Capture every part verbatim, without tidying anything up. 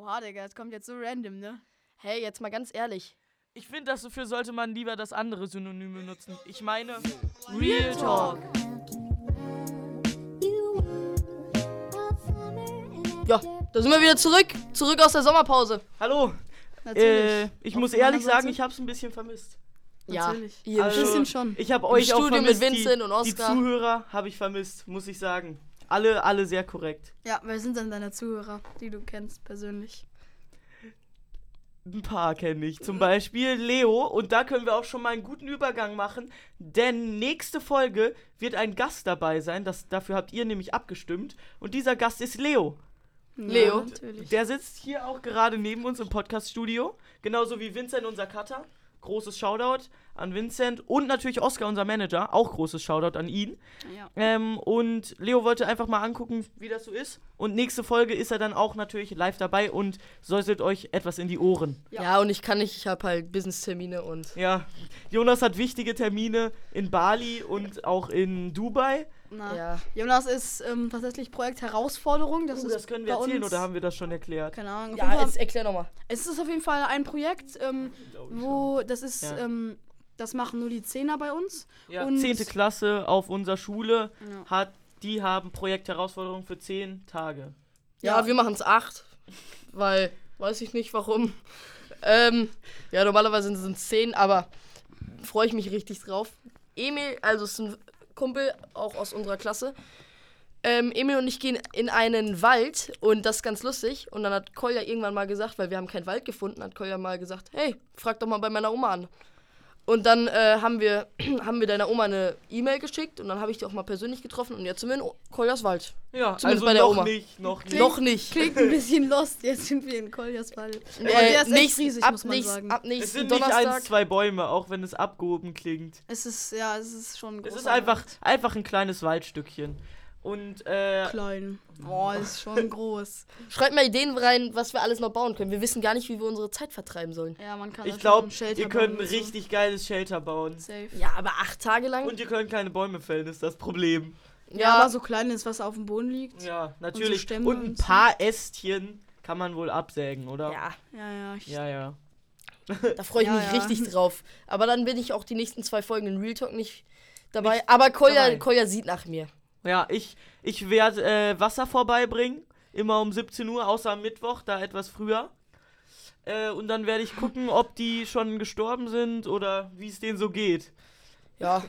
Oha, Digga, das kommt jetzt so random, ne? Hey, jetzt mal ganz ehrlich. Ich finde, dafür sollte man lieber das andere Synonym benutzen. Ich meine, Real Talk. Ja, da sind wir wieder zurück. Zurück aus der Sommerpause. hallo. Äh, ich Auf muss meiner ehrlich Seite. sagen, ich hab's ein bisschen vermisst. Natürlich. Ja, ihr Also, Ein bisschen schon. Ich habe Im euch auch Studio vermisst. mit Vincent die, und Oscar. Die Zuhörer habe ich vermisst, muss ich sagen. Alle, alle sehr korrekt. Ja, wer sind denn deine Zuhörer, die du kennst persönlich? Ein paar kenne ich. Zum Beispiel Leo. Und da können wir auch schon mal einen guten Übergang machen. Denn nächste Folge wird ein Gast dabei sein. Das, dafür habt ihr nämlich abgestimmt. Und dieser Gast ist Leo. Leo. Ja, natürlich. Der sitzt hier auch gerade neben uns im Podcast-Studio. Genauso wie Vincent, unser Cutter. Großes Shoutout an Vincent. Und natürlich Oscar, unser Manager. Auch großes Shoutout an ihn. Ja. Ähm, und Leo wollte einfach mal angucken, wie das so ist. Und nächste Folge ist er dann auch natürlich live dabei und säuselt euch etwas in die Ohren. Ja. Ja, und ich kann nicht, ich habe halt Business-Termine und... Ja, Jonas hat wichtige Termine in Bali und auch in Dubai. Na, Ja. Jonas ist ähm, tatsächlich Projekt Herausforderung. Das Uh, ist das können wir bei erzählen, uns, oder haben wir das schon erklärt? Keine Ahnung. Auf Ja, jeden Fall, jetzt erklär nochmal. es ist auf jeden Fall ein Projekt, ähm, wo das ist, Ja. ähm, das machen nur die Zehner bei uns. Ja, Und- zehnte Klasse auf unserer Schule, Ja. hat, die haben Projekt-Herausforderung für zehn Tage. Ja, Ja. wir machen es acht, weil, weiß ich nicht warum. Ähm, ja, normalerweise sind es zehn, aber freue ich mich richtig drauf. Emil, also ist ein Kumpel, auch aus unserer Klasse. Ähm, Emil und ich gehen in einen Wald und das ist ganz lustig. Und dann hat Kolja irgendwann mal gesagt, weil wir haben keinen Wald gefunden, hat Kolja mal gesagt, hey, frag doch mal bei meiner Oma an. Und dann äh, haben wir haben wir deiner Oma eine E-Mail geschickt und dann habe ich die auch mal persönlich getroffen und jetzt sind wir in O- Koljas Wald. Ja, Zumindest also bei der noch Oma. nicht, noch nicht. Noch nicht. Klingt ein bisschen lost. Jetzt sind wir in Koljas Wald. Aber Äh, der ist echt nächst- riesig, ab muss man nächst- sagen. Ab Es nächsten sind nicht Donnerstag. eins, zwei Bäume, auch wenn es abgehoben klingt. Es ist, ja, es ist schon ein Es großer ist einfach, Wald. einfach ein kleines Waldstückchen. Und, äh, Klein. Oh, ist schon groß. Schreibt mal Ideen rein, was wir alles noch bauen können. Wir wissen gar nicht, wie wir unsere Zeit vertreiben sollen. Ja, man kann ich da glaube, schon ein Shelter ihr könnt ein bauen und so. richtig geiles Shelter bauen. Safe. Ja, aber acht Tage lang? Und ihr könnt keine Bäume fällen, ist das Problem. Ja, aber so klein ist, was auf dem Boden liegt. Ja, natürlich. Stämme Und ein und so. paar Ästchen kann man wohl absägen, oder? ja, Ja, ja. Ich, Ja, ja. da freue ich Ja, mich ja. richtig drauf. Aber dann bin ich auch die nächsten zwei Folgen in Real Talk nicht dabei. aber Kolja, dabei. Kolja sieht nach mir. Ja, ich, ich werde äh, Wasser vorbeibringen. Immer um siebzehn Uhr, außer am Mittwoch, da etwas früher. Äh, und dann werde ich gucken, ob die schon gestorben sind oder wie es denen so geht. Ja.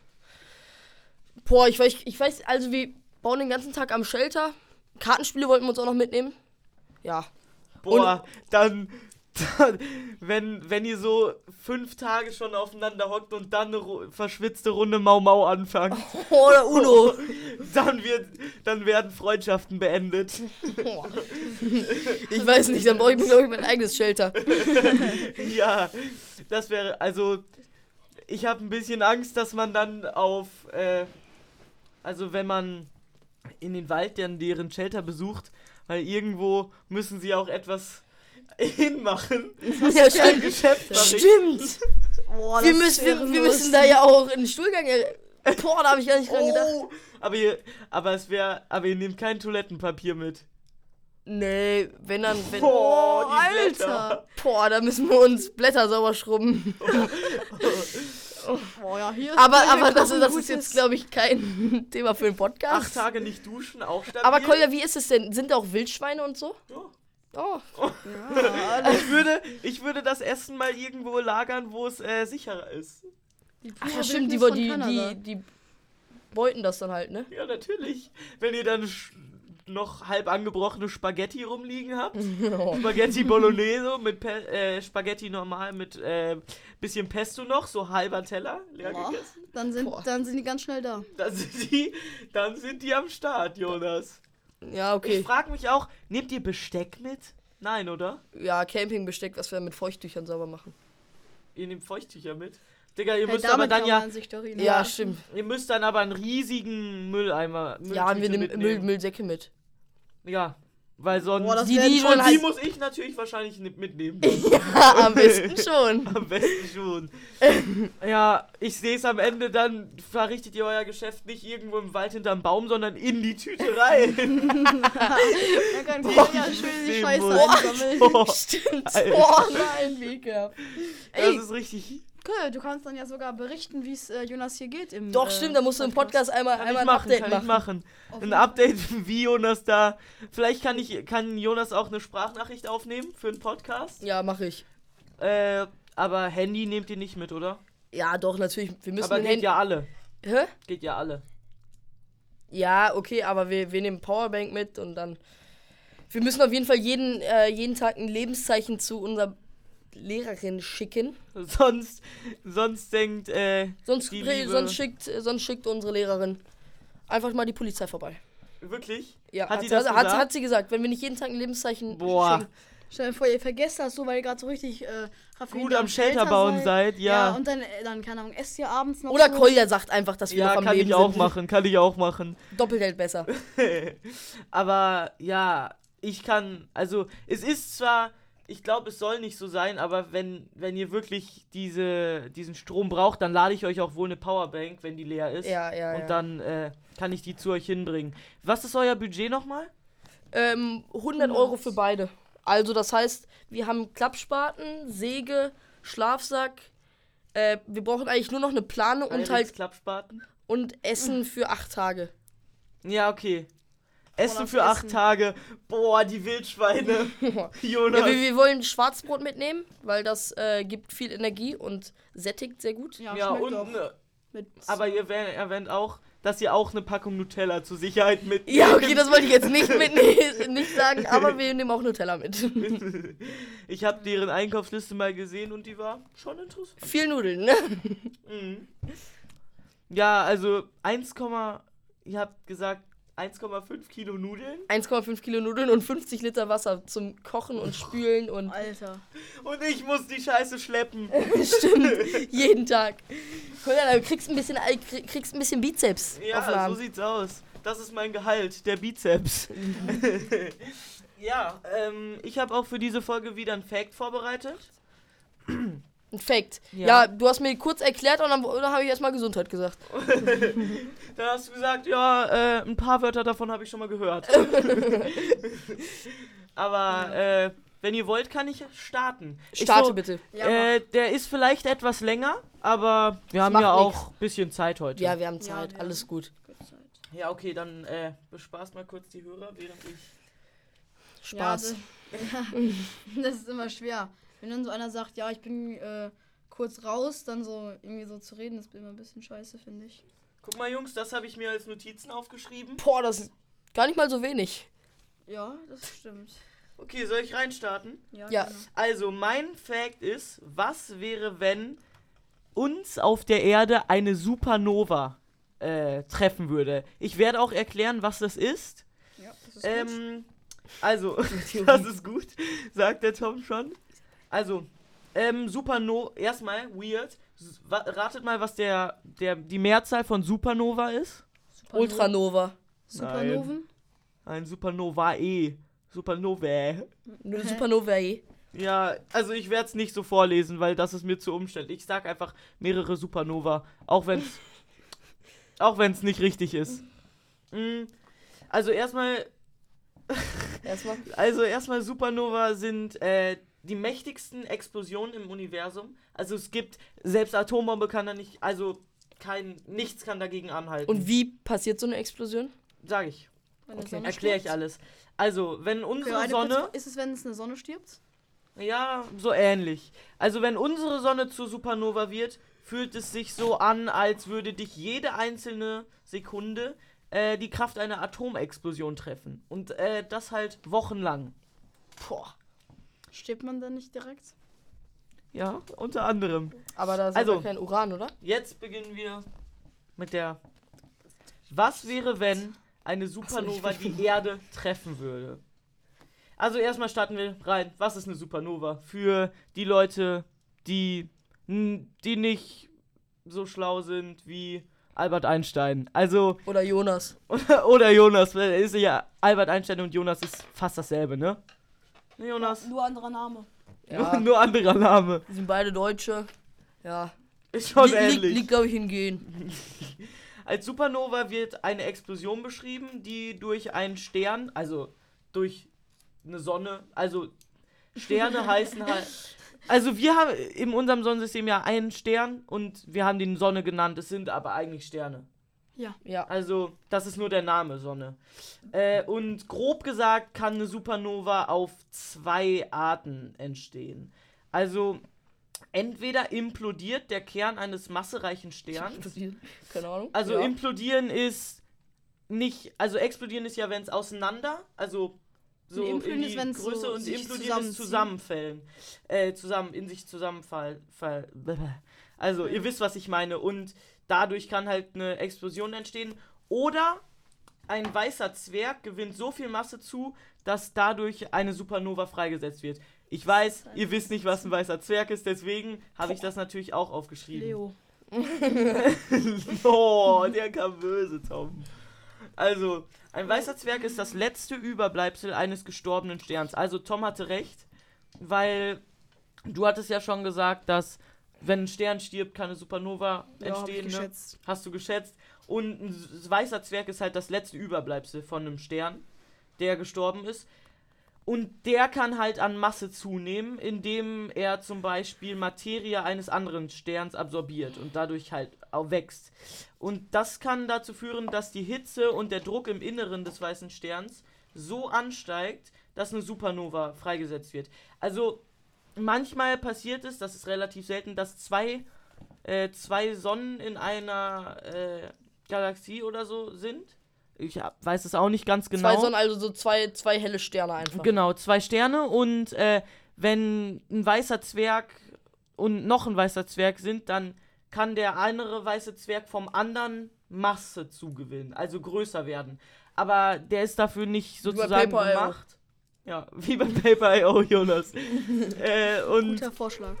Boah, ich weiß, ich weiß, also wir bauen den ganzen Tag am Shelter. Kartenspiele wollten wir uns auch noch mitnehmen. Ja. Boah, dann, dann wenn, wenn ihr so fünf Tage schon aufeinander hockt und dann eine ru- verschwitzte Runde Mau Mau anfangt, Oder Uno. dann, wird, dann werden Freundschaften beendet. Ich weiß nicht, dann brauche ich mir, glaube ich, mein eigenes Shelter. Ja, das wäre, also, ich habe ein bisschen Angst, dass man dann auf, äh, also wenn man in den Wald dann deren Shelter besucht, weil irgendwo müssen sie auch etwas hinmachen. Ja, Ein stimmt. Geschäft verrichten. Stimmt. Boah, Wir das müssen, wir, wäre wir lustig. müssen da ja auch in den Stuhlgang. er- Boah, da habe ich gar nicht dran gedacht. Oh, aber ihr, aber es wäre, aber ihr nehmt kein Toilettenpapier mit. Nee, wenn dann. Wenn, Boah, Oh, die Blätter. Alter. Boah, da müssen wir uns Blätter sauber schrubben. Boah, ja, hier ist Aber, gleich aber ein das, ist- das ist gutes- jetzt, glaube ich, kein Thema für den Podcast. Acht Tage nicht duschen, auch stabil. Aber Kolja, wie ist es denn? Sind da auch Wildschweine und so? Ja. Oh. Ja, Ich würde, ich würde das Essen mal irgendwo lagern, wo es äh, sicherer ist. die Ach pure ja, stimmt, die, Wildnis die, von Kanada. die, die beuten das dann halt, ne? Ja, natürlich. Wenn ihr dann sch- noch halb angebrochene Spaghetti rumliegen habt. Spaghetti Bolognese mit Pe äh, Spaghetti normal mit äh, bisschen Pesto noch, so halber Teller leer Boah, gegessen. dann, sind, Boah. dann sind die ganz schnell da. Dann sind die, dann sind die am Start, Jonas. Ja, okay. Ich frage mich auch, nehmt ihr Besteck mit? Nein, oder? Ja, Campingbesteck, was wir mit Feuchttüchern sauber machen. Ihr nehmt Feuchttücher mit? Digga, ihr Hey, müsst aber damit dann kann ja, man sich doch hin- Ja, stimmt. ihr müsst dann aber einen riesigen Mülleimer Ja, haben wir Mülltüte ne Müll, mitnehmen. Müllsäcke mit. Ja, Weil sonst... Boah, das die, werden die, schon und die halt- muss ich natürlich wahrscheinlich ni- mitnehmen. Ja, am besten schon. Am besten schon. Ja, ich sehe es am Ende, dann verrichtet ihr euer Geschäft nicht irgendwo im Wald hinterm Baum, sondern in die Tüte rein. Da kann Boah, ja schön die nehmen Scheiße muss. einsammeln. Boah, Stimmt. Alter. Oh nein, Mega. das Ey, ist richtig... Cool, du kannst dann ja sogar berichten, wie es äh, Jonas hier geht im doch, äh, stimmt, da musst du im Podcast einmal, Kann einmal ich ein machen, Update kann machen. ich machen. Auf Ein jeden Update, wie Jonas da... Vielleicht kann ich kann Jonas auch eine Sprachnachricht aufnehmen für einen Podcast. Ja, mache ich. Äh, aber Handy nehmt ihr nicht mit, oder? Ja, doch, natürlich. Wir müssen Aber den geht Handy- ja alle. Hä? Geht ja alle. Ja, okay, aber wir, wir nehmen Powerbank mit und dann... Wir müssen auf jeden Fall jeden, äh, jeden Tag ein Lebenszeichen zu unserer Lehrerin schicken. Sonst, sonst denkt, äh, Sonst, die re- liebe- sonst, schickt, äh, sonst schickt unsere Lehrerin einfach mal die Polizei vorbei. Wirklich? Ja, Hat hat, die sie, das hat, gesagt? hat sie gesagt, wenn wir nicht jeden Tag ein Lebenszeichen Boah. schicken. Stell dir vor, ihr vergesst das so, weil ihr gerade so richtig äh, raffiniert Gut am Shelter bauen seid, ja. Ja, und dann, äh, dann keine Ahnung, esst ihr abends noch Oder so. Kolja sagt einfach, dass wir Ja, noch am kann Leben ich auch sind. machen, kann ich auch machen. Doppelt hält besser. Aber ja, ich kann, also es ist zwar, ich glaube, es soll nicht so sein, aber wenn, wenn ihr wirklich diese, diesen Strom braucht, dann lade ich euch auch wohl eine Powerbank, wenn die leer ist. Ja, ja, Und ja. dann äh, kann ich die zu euch hinbringen. Was ist euer Budget nochmal? Ähm, hundert Euro für beide. Also das heißt, wir haben Klappspaten, Säge, Schlafsack. Äh, wir brauchen eigentlich nur noch eine Plane und Alex halt Klappspaten? und Essen für acht Tage. Ja, okay. Essen das für acht Essen. Tage. Boah, die Wildschweine. Jonas. Ja, wir, wir wollen Schwarzbrot mitnehmen, weil das äh, gibt viel Energie und sättigt sehr gut. Ja, Ja, schmeckt und, doch. ne, Mit aber ihr wer- erwähnt auch, dass ihr auch eine Packung Nutella zur Sicherheit mitnehmt. Ja, okay, das wollte ich jetzt nicht mitnehmen, nicht sagen, aber wir nehmen auch Nutella mit. Ich habe deren Einkaufsliste mal gesehen und die war schon interessant. Viel Nudeln, ne? Mhm. Ja, also eins, ihr habt gesagt eins Komma fünf Kilo Nudeln eins Komma fünf Kilo Nudeln und fünfzig Liter Wasser zum Kochen und Spülen und Alter. und ich muss die Scheiße schleppen. stimmt, jeden Tag. Guck mal, du kriegst ein bisschen, krieg- kriegst ein bisschen Bizeps auf den Ja, so Arm. sieht's aus. Das ist mein Gehalt, der Bizeps. Ja, ähm, ich habe auch für diese Folge wieder ein Fact vorbereitet. Ein Fact. Ja. Ja. du hast mir kurz erklärt und dann, dann habe ich erstmal Gesundheit gesagt. Dann hast du gesagt, ja, äh, ein paar Wörter davon habe ich schon mal gehört. Aber äh, wenn ihr wollt, kann ich starten. Ich Starte so, bitte. Ja, äh, der ist vielleicht etwas länger, aber wir haben macht ja nix. auch ein bisschen Zeit heute. Ja, wir haben Ja, Zeit, wir alles gut. Ja, okay, dann äh, bespaßt mal kurz die Hörer, während ich... Spaß. Ja, das, ja, das ist immer schwer. Wenn dann so einer sagt, ja, ich bin äh, kurz raus, dann so irgendwie so zu reden, das ist immer ein bisschen scheiße, finde ich. Guck mal, Jungs, das habe ich mir als Notizen aufgeschrieben. Boah, das ist gar nicht mal so wenig. Ja, das stimmt. Okay, soll ich reinstarten? Ja. Ja. Genau. Also, mein Fact ist, was wäre, wenn uns auf der Erde eine Supernova äh, treffen würde? Ich werde auch erklären, was das ist. Ja, das ist gut. Ähm, also, das ist gut, sagt der Tom schon. Also, ähm, Supernova, erstmal weird. S- wa- Ratet mal, was der, der, die Mehrzahl von Supernova ist. Supernova- Ultranova. Supernoven? Ein Supernovae. Supernovae. Nur Hä? Supernovae. Ja, also ich werde es nicht so vorlesen, weil das ist mir zu umständlich. Ich sag einfach mehrere Supernova, auch wenn es auch wenn es nicht richtig ist. Mm, Also erstmal, Erstmal. also erstmal Supernova sind äh, die mächtigsten Explosionen im Universum. Also es gibt, selbst Atombombe kann da nicht, also kein, nichts kann dagegen anhalten. Und wie passiert so eine Explosion? Sag ich, Wenn die Okay. Sonne erkläre ich stirbt? alles. Also, wenn Okay, unsere eine Sonne... kurze- ist es, wenn es eine Sonne stirbt? Ja, so ähnlich. Also wenn unsere Sonne zur Supernova wird, fühlt es sich so an, als würde dich jede einzelne Sekunde äh, die Kraft einer Atomexplosion treffen. Und äh, das halt wochenlang. Boah. Stirbt man dann nicht direkt? Ja, unter anderem. Aber da ist Also- aber kein Uran, oder? Jetzt beginnen wir mit der... Was wäre, wenn eine Supernova die Erde treffen würde? Also erstmal starten wir rein. Was ist eine Supernova? Für die Leute, die, n- die nicht so schlau sind wie Albert Einstein. Also, Oder Jonas. oder, oder Jonas. weil Ist ja, Albert Einstein und Jonas ist fast dasselbe, ne? Ne, Jonas? Nur anderer Name. Ja, Nur, nur anderer Name. die sind beide Deutsche. Ja. Ist schon Li- ähnlich. Liegt, liegt glaube ich, in Gen. Als Supernova wird eine Explosion beschrieben, die durch einen Stern, also durch eine Sonne, also Sterne heißen halt. Also wir haben in unserem Sonnensystem ja einen Stern und wir haben den Sonne genannt, es sind aber eigentlich Sterne. Ja. Ja. Also das ist nur der Name Sonne. Äh, und grob gesagt kann eine Supernova auf zwei Arten entstehen. Also entweder implodiert der Kern eines massereichen Sterns. Keine Ahnung. Also ja. implodieren ist nicht, also explodieren ist ja, wenn es auseinander, also so Und in implodieren die ist, wenn's Größe so und sich implodieren ist zusammenziehen. zusammenfällen. Äh, zusammen, in sich zusammenfallen. Fall, also ihr wisst, was ich meine. Und dadurch kann halt eine Explosion entstehen. Oder ein weißer Zwerg gewinnt so viel Masse zu, dass dadurch eine Supernova freigesetzt wird. Ich weiß, ihr wisst nicht, was ein weißer Zwerg ist, deswegen habe ich das natürlich auch aufgeschrieben. Leo. Oh, der kam böse, Tom. Also, ein weißer Zwerg ist das letzte Überbleibsel eines gestorbenen Sterns. Also, Tom hatte recht, weil du hattest ja schon gesagt, dass wenn ein Stern stirbt, kann eine Supernova Ja, hab ich entstehen. Ne? geschätzt. Hast du geschätzt. Und ein s- weißer Zwerg ist halt das letzte Überbleibsel von einem Stern, der gestorben ist. Und der kann halt an Masse zunehmen, indem er zum Beispiel Materie eines anderen Sterns absorbiert und dadurch halt auch wächst. Und das kann dazu führen, dass die Hitze und der Druck im Inneren des weißen Sterns so ansteigt, dass eine Supernova freigesetzt wird. Also manchmal passiert es, das ist relativ selten, dass zwei, äh, zwei Sonnen in einer äh, Galaxie oder so sind. Ich hab, weiß es auch nicht ganz genau. Zwei Sonnen, also so zwei, zwei helle Sterne einfach. Genau, zwei Sterne und äh, wenn ein weißer Zwerg und noch ein weißer Zwerg sind, dann kann der andere weiße Zwerg vom anderen Masse zugewinnen, also größer werden. Aber der ist dafür nicht Wie bei sozusagen Paper I O. gemacht. Ja, wie bei Paper I O, Jonas. äh, und Guter Vorschlag.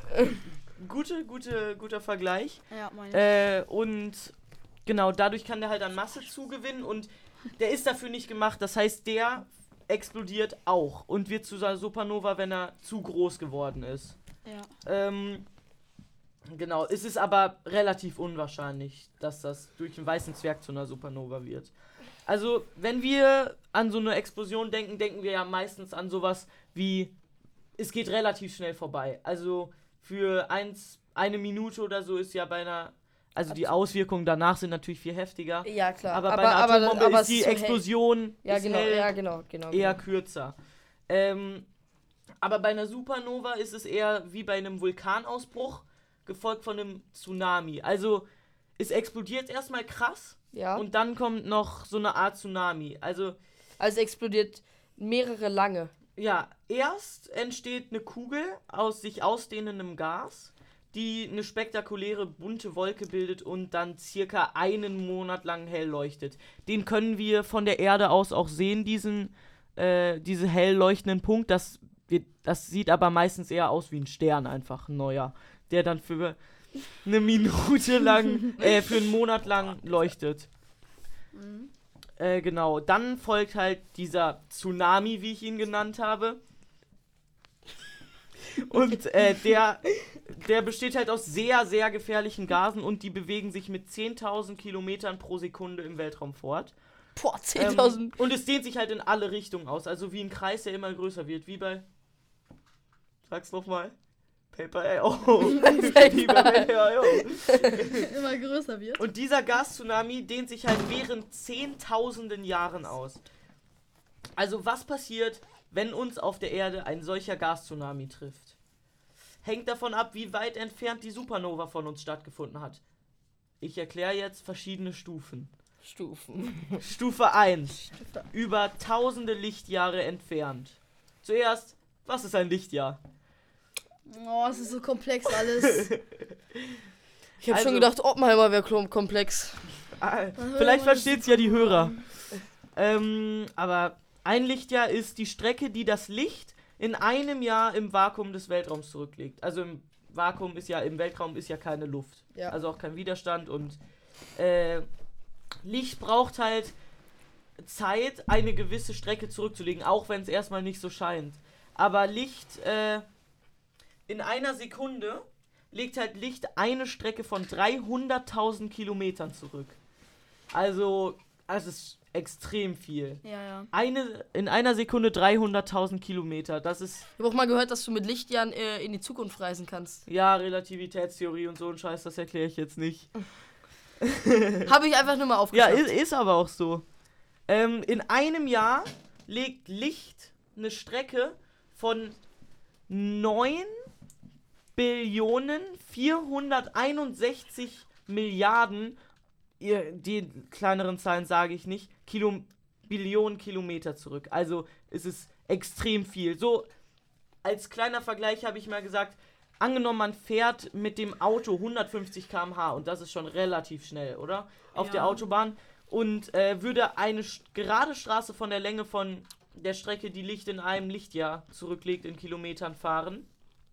gute, gute, guter Vergleich. Ja, meine ich. Äh, und genau, dadurch kann der halt an Masse zugewinnen und der ist dafür nicht gemacht. Das heißt, der explodiert auch und wird zu einer Supernova, wenn er zu groß geworden ist. Ja. Ähm, genau, es ist aber relativ unwahrscheinlich, dass das durch einen weißen Zwerg zu einer Supernova wird. Also, wenn wir an so eine Explosion denken, denken wir ja meistens an sowas wie, es geht relativ schnell vorbei. Also, für eins, eine Minute oder so ist ja bei einer, also die Auswirkungen danach sind natürlich viel heftiger. Ja, klar. Aber, bei einer Atombombe aber ist die es so hell. Explosion Ja, ist genau, hell, ja, genau, genau. eher genau. kürzer. Ähm, aber bei einer Supernova ist es eher wie bei einem Vulkanausbruch, gefolgt von einem Tsunami. Also es explodiert erstmal krass Ja. und dann kommt noch so eine Art Tsunami. Also Also explodiert mehrere lange. ja, erst entsteht eine Kugel aus sich ausdehnendem Gas, die eine spektakuläre bunte Wolke bildet und dann circa einen Monat lang hell leuchtet. Den können wir von der Erde aus auch sehen, diesen, äh, diese hell leuchtenden Punkt. Das, wird, das sieht aber meistens eher aus wie ein Stern, einfach ein neuer, der dann für eine Minute lang, äh, für einen Monat lang leuchtet. Mhm. Äh, genau, dann folgt halt dieser Tsunami, wie ich ihn genannt habe. Und äh, der, der besteht halt aus sehr, sehr gefährlichen Gasen und die bewegen sich mit zehntausend Kilometern pro Sekunde im Weltraum fort. Boah, zehntausend. Ähm, und es dehnt sich halt in alle Richtungen aus, also wie ein Kreis, der immer größer wird, wie bei... Sag's nochmal. Paper I O. Wie bei Paper I O. Immer größer wird. Und dieser Gas-Tsunami dehnt sich halt während zehntausenden Jahren aus. Also was passiert, wenn uns auf der Erde ein solcher Gas-Tsunami trifft? Hängt davon ab, wie weit entfernt die Supernova von uns stattgefunden hat. Ich erkläre jetzt verschiedene Stufen. Stufen. Stufe eins. Über tausende Lichtjahre entfernt. Zuerst, was ist ein Lichtjahr? Oh, es ist so komplex alles. Ich habe Also- schon gedacht, Oppenheimer wäre kom- komplex. Ah, Dann hören vielleicht wir versteht es ja die Hörer. Ähm, aber ein Lichtjahr ist die Strecke, die das Licht in einem Jahr im Vakuum des Weltraums zurücklegt. Also im Vakuum ist ja, im Weltraum ist ja keine Luft. Ja. Also auch kein Widerstand und äh, Licht braucht halt Zeit, eine gewisse Strecke zurückzulegen, auch wenn es erstmal nicht so scheint. Aber Licht, äh, in einer Sekunde legt halt Licht eine Strecke von dreihunderttausend Kilometern zurück. Also, das ist extrem viel. Ja, ja. Eine, in einer Sekunde dreihunderttausend Kilometer, das ist... Ich habe auch mal gehört, dass du mit Lichtjahren äh, in die Zukunft reisen kannst. Ja, Relativitätstheorie und so ein Scheiß, das erkläre ich jetzt nicht. Habe ich einfach nur mal Ja, aufgeschrieben. ist, ist aber auch so. Ähm, in einem Jahr legt Licht eine Strecke von neun Billionen vierhunderteinundsechzig Milliarden, ihr, die kleineren Zahlen sage ich nicht, Kilo, Billionen Kilometer zurück. Also es ist extrem viel. So, als kleiner Vergleich habe ich mal gesagt, angenommen man fährt mit dem Auto hundertfünfzig Kilometer pro Stunde und das ist schon relativ schnell, oder? Auf Ja. der Autobahn. Und äh, würde eine sch- gerade Straße von der Länge von der Strecke, die Licht in einem Lichtjahr zurücklegt, in Kilometern fahren,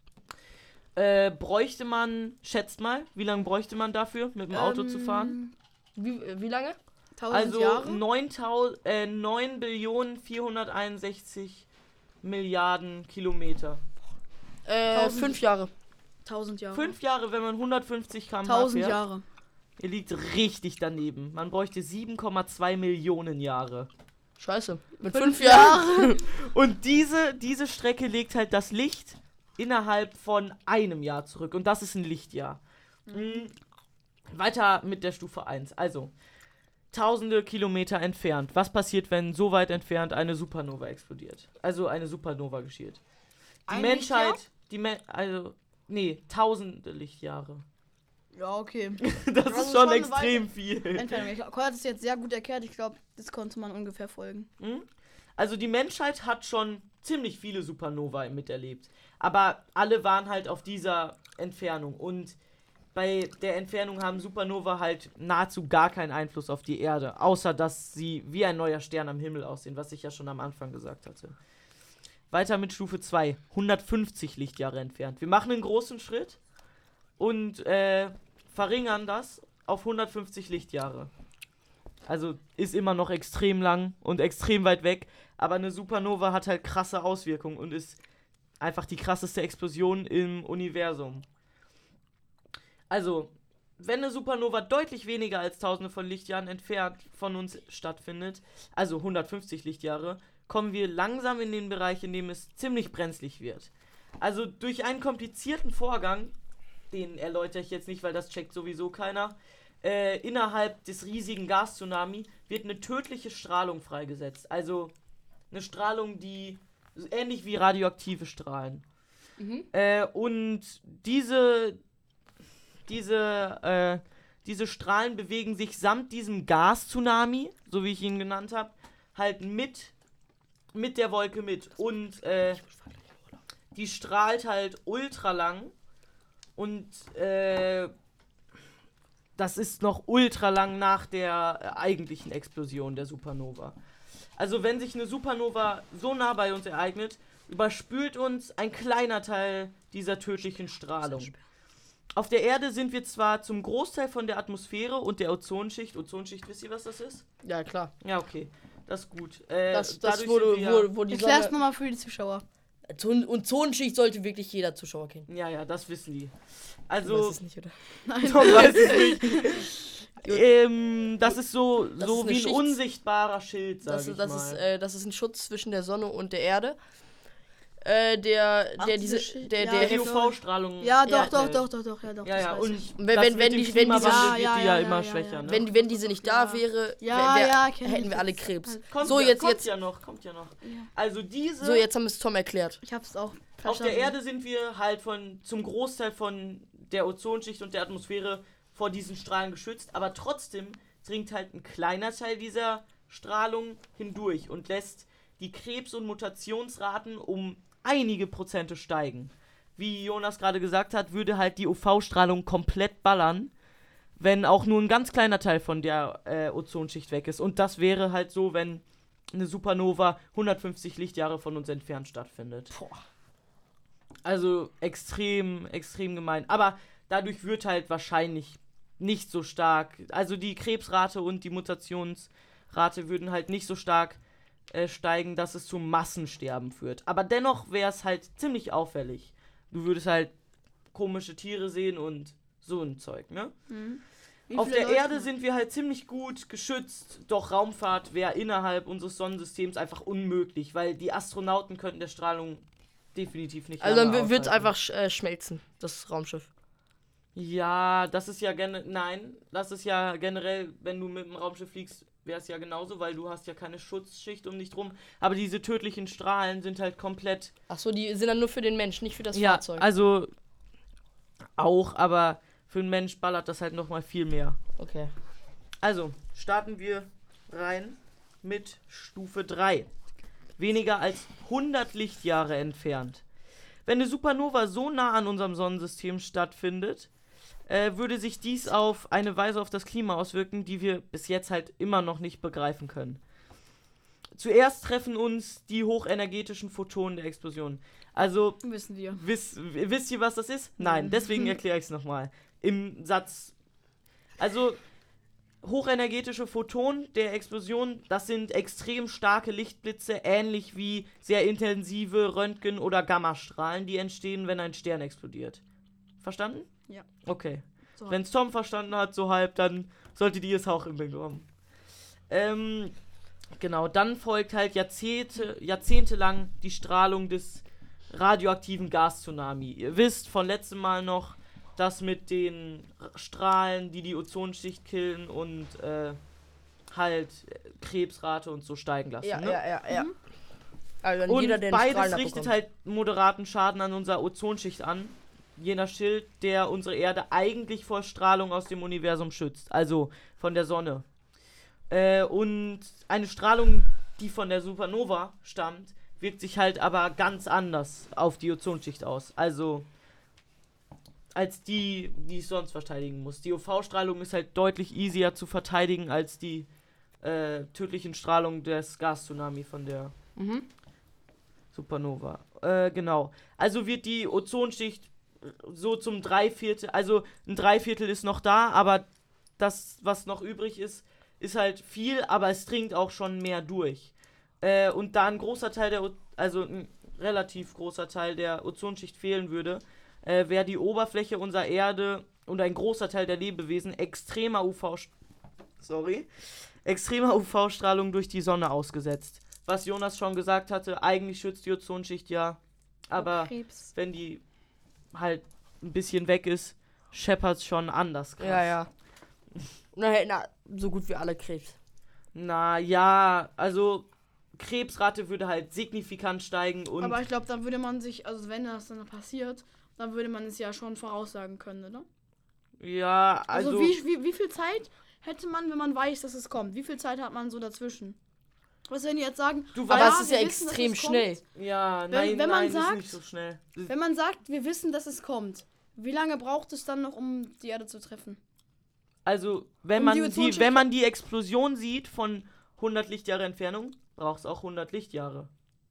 äh, bräuchte man, schätzt mal, wie lange bräuchte man dafür, mit dem Auto Ähm, zu fahren? Wie, äh, wie lange? tausend Also Jahre? neuntausend, äh, neun Billionen vierhunderteinundsechzig Milliarden Kilometer. Äh, Tausend- fünf Jahre. tausend Jahre. Fünf Jahre, wenn man hundertfünfzig Kilometer pro Stunde tausend fährt. Jahre. Ihr liegt richtig daneben. Man bräuchte sieben Komma zwei Millionen Jahre. Scheiße. Mit Fünf fünf, Jahren. Und diese, diese Strecke legt halt das Licht innerhalb von einem Jahr zurück. Und das ist ein Lichtjahr. Mhm. Weiter mit der Stufe eins. Also, tausende Kilometer entfernt. Was passiert, wenn so weit entfernt eine Supernova explodiert? Also eine Supernova geschieht. Die Ein Menschheit, Lichtjahr? die Me also, nee, tausende Lichtjahre. Ja, okay. Das Also ist schon schon eine extrem viel. Entfernung. Ich glaube, hat es jetzt sehr gut erklärt. Ich glaube, das konnte man ungefähr folgen. Mhm. Also die Menschheit hat schon ziemlich viele Supernova miterlebt. Aber alle waren halt auf dieser Entfernung. Und bei der Entfernung haben Supernova halt nahezu gar keinen Einfluss auf die Erde. Außer, dass sie wie ein neuer Stern am Himmel aussehen, was ich ja schon am Anfang gesagt hatte. Weiter mit Stufe zwei. hundertfünfzig Lichtjahre entfernt. Wir machen einen großen Schritt und äh, verringern das auf hundertfünfzig Lichtjahre. Also ist immer noch extrem lang und extrem weit weg, aber eine Supernova hat halt krasse Auswirkungen und ist einfach die krasseste Explosion im Universum. Also, wenn eine Supernova deutlich weniger als tausende von Lichtjahren entfernt von uns stattfindet, also hundertfünfzig Lichtjahre, kommen wir langsam in den Bereich, in dem es ziemlich brenzlig wird. Also durch einen komplizierten Vorgang, den erläutere ich jetzt nicht, weil das checkt sowieso keiner, äh, innerhalb des riesigen Gas-Tsunami wird eine tödliche Strahlung freigesetzt. Also eine Strahlung, die ähnlich wie radioaktive Strahlen. Mhm. Äh, und diese, diese, äh, diese Strahlen bewegen sich samt diesem Gas-Tsunami, so wie ich ihn genannt habe, halt mit, mit der Wolke mit. Und äh, die strahlt halt ultra lang. Und äh, das ist noch ultra lang nach der äh, eigentlichen Explosion der Supernova. Also wenn sich eine Supernova so nah bei uns ereignet, überspült uns ein kleiner Teil dieser tödlichen Strahlung. Auf der Erde sind wir zwar zum Großteil von der Atmosphäre und der Ozonschicht, Ozonschicht, wisst ihr, was das ist? Ja, klar. Ja, okay, das ist gut. Äh, Das, das dadurch wurde, sind wir- wo, wo die Erklär's Sonne... nochmal für die Zuschauer. Zon- Und Zonenschicht sollte wirklich jeder Zuschauer kennen. Ja, ja, das wissen die. Du weißt Also, es nicht, oder? Nein. Tom weiß es nicht. ähm, das ist so, Das so ist eine wie ein Schicht- unsichtbarer Schild, sag Das, ich das, mal. ist, äh, das ist ein Schutz zwischen der Sonne und der Erde. Äh, der, Ach, der diese diese, Schild- der, ja, der, die ja, U V-Strahlung. Ja, doch, Ja, doch, äh, doch, doch, doch, ja, doch. Ja, das ja, weiß und ich. Wenn- das wenn- mit wenn dem die- wenn diese- Klimawandel Ja, wird die ja, ja, ja, immer ja, schwächer, ja. ne? wenn, wenn diese nicht Ja. da wäre, Ja, wär, wär, ja, kenn hätten ich wir alle jetzt. Krebs. Kommt, So, ja, jetzt- kommt jetzt- ja noch, kommt ja noch. Ja. Also diese, So, jetzt haben es Tom erklärt. Ich hab's auch auf verstanden. der Erde sind wir halt von zum Großteil von der Ozonschicht und der Atmosphäre vor diesen Strahlen geschützt, aber trotzdem dringt halt ein kleiner Teil dieser Strahlung hindurch und lässt die Krebs- und Mutationsraten um einige Prozente steigen. Wie Jonas gerade gesagt hat, würde halt die U V-Strahlung komplett ballern, wenn auch nur ein ganz kleiner Teil von der äh, Ozonschicht weg ist. Und das wäre halt so, wenn eine Supernova hundertfünfzig Lichtjahre von uns entfernt stattfindet. Boah. Also extrem, extrem gemein. Aber dadurch wird halt wahrscheinlich nicht so stark, also die Krebsrate und die Mutationsrate würden halt nicht so stark äh, steigen, dass es zu Massensterben führt. Aber dennoch wäre es halt ziemlich auffällig. Du würdest halt komische Tiere sehen und so ein Zeug, ne? Mhm. Wie Auf viele der Leute- Erde sind wir halt ziemlich gut geschützt, doch Raumfahrt wäre innerhalb unseres Sonnensystems einfach unmöglich, weil die Astronauten könnten der Strahlung definitiv nicht Also dann lange wird es aushalten. einfach sch äh, schmelzen, das Raumschiff. Ja, das ist ja generell, nein, das ist ja generell, wenn du mit dem Raumschiff fliegst, wäre es ja genauso, weil du hast ja keine Schutzschicht um dich drum, aber diese tödlichen Strahlen sind halt komplett, Achso, die sind dann nur für den Menschen, nicht für das ja, Fahrzeug. also auch, aber für einen Mensch ballert das halt nochmal viel mehr. Okay. Also, starten wir rein mit Stufe drei. Weniger als hundert Lichtjahre entfernt. Wenn eine Supernova so nah an unserem Sonnensystem stattfindet, äh, würde sich dies auf eine Weise auf das Klima auswirken, die wir bis jetzt halt immer noch nicht begreifen können. Zuerst treffen uns die hochenergetischen Photonen der Explosion. Also, Wissen wir. Wiss, wisst ihr, was das ist? Nein, deswegen erkläre ich es nochmal. Im Satz. Also, hochenergetische Photonen der Explosion, das sind extrem starke Lichtblitze, ähnlich wie sehr intensive Röntgen- oder Gammastrahlen, die entstehen, wenn ein Stern explodiert. Verstanden? Ja. Okay. So. Wenn es Tom verstanden hat, so halb, dann solltet ihr es auch hinbekommen. Ähm, genau, dann folgt halt Jahrzehnte, jahrzehntelang die Strahlung des radioaktiven Gas-Tsunami. Ihr wisst von letztem Mal noch, dass mit den Strahlen, die die Ozonschicht killen und äh, halt Krebsrate und so steigen lassen. Ja, ne? ja, ja, ja. Mhm. Also dann Und jeder, der einen beides Strahlen richtet abbekommt. halt moderaten Schaden an unserer Ozonschicht an. Jener Schild, der unsere Erde eigentlich vor Strahlung aus dem Universum schützt. Also von der Sonne. Äh, und eine Strahlung, die von der Supernova stammt, wirkt sich halt aber ganz anders auf die Ozonschicht aus. Also als die, die es sonst verteidigen muss. Die U V-Strahlung ist halt deutlich easier zu verteidigen als die äh, tödlichen Strahlungen des Gas-Tsunami von der Mhm. Supernova. Äh, genau. Also wird die Ozonschicht so zum Dreiviertel, also ein Dreiviertel ist noch da, aber das, was noch übrig ist, ist halt viel, aber es dringt auch schon mehr durch. Äh, und da ein großer Teil der, O- also ein relativ großer Teil der Ozonschicht fehlen würde, äh, wäre die Oberfläche unserer Erde und ein großer Teil der Lebewesen extremer U V, sorry, extremer U V-Strahlung durch die Sonne ausgesetzt. Was Jonas schon gesagt hatte, eigentlich schützt die Ozonschicht ja, aber Krebs. wenn die halt ein bisschen weg ist, scheppert's schon anders krass. Ja, ja. Na, na, so gut wie alle Krebs. Na ja, also Krebsrate würde halt signifikant steigen und Aber ich glaube, dann würde man sich, also wenn das dann passiert, dann würde man es ja schon voraussagen können, oder? ja, Also, also, wie, wie, wie viel Zeit hätte man, wenn man weiß, dass es kommt? Wie viel Zeit hat man so dazwischen? Was, wenn die jetzt sagen, Du Aber weißt- es ist ja wir wissen, dass extrem es schnell. kommt. ja, Wenn- nein, wenn man nein, sagt- ist nicht so schnell. Wenn man sagt, wir wissen, dass es kommt, wie lange braucht es dann noch, um die Erde zu treffen? Also, wenn Um man die die, Ozonschicht- wenn man die Explosion sieht von hundert Lichtjahre Entfernung, braucht es auch hundert Lichtjahre.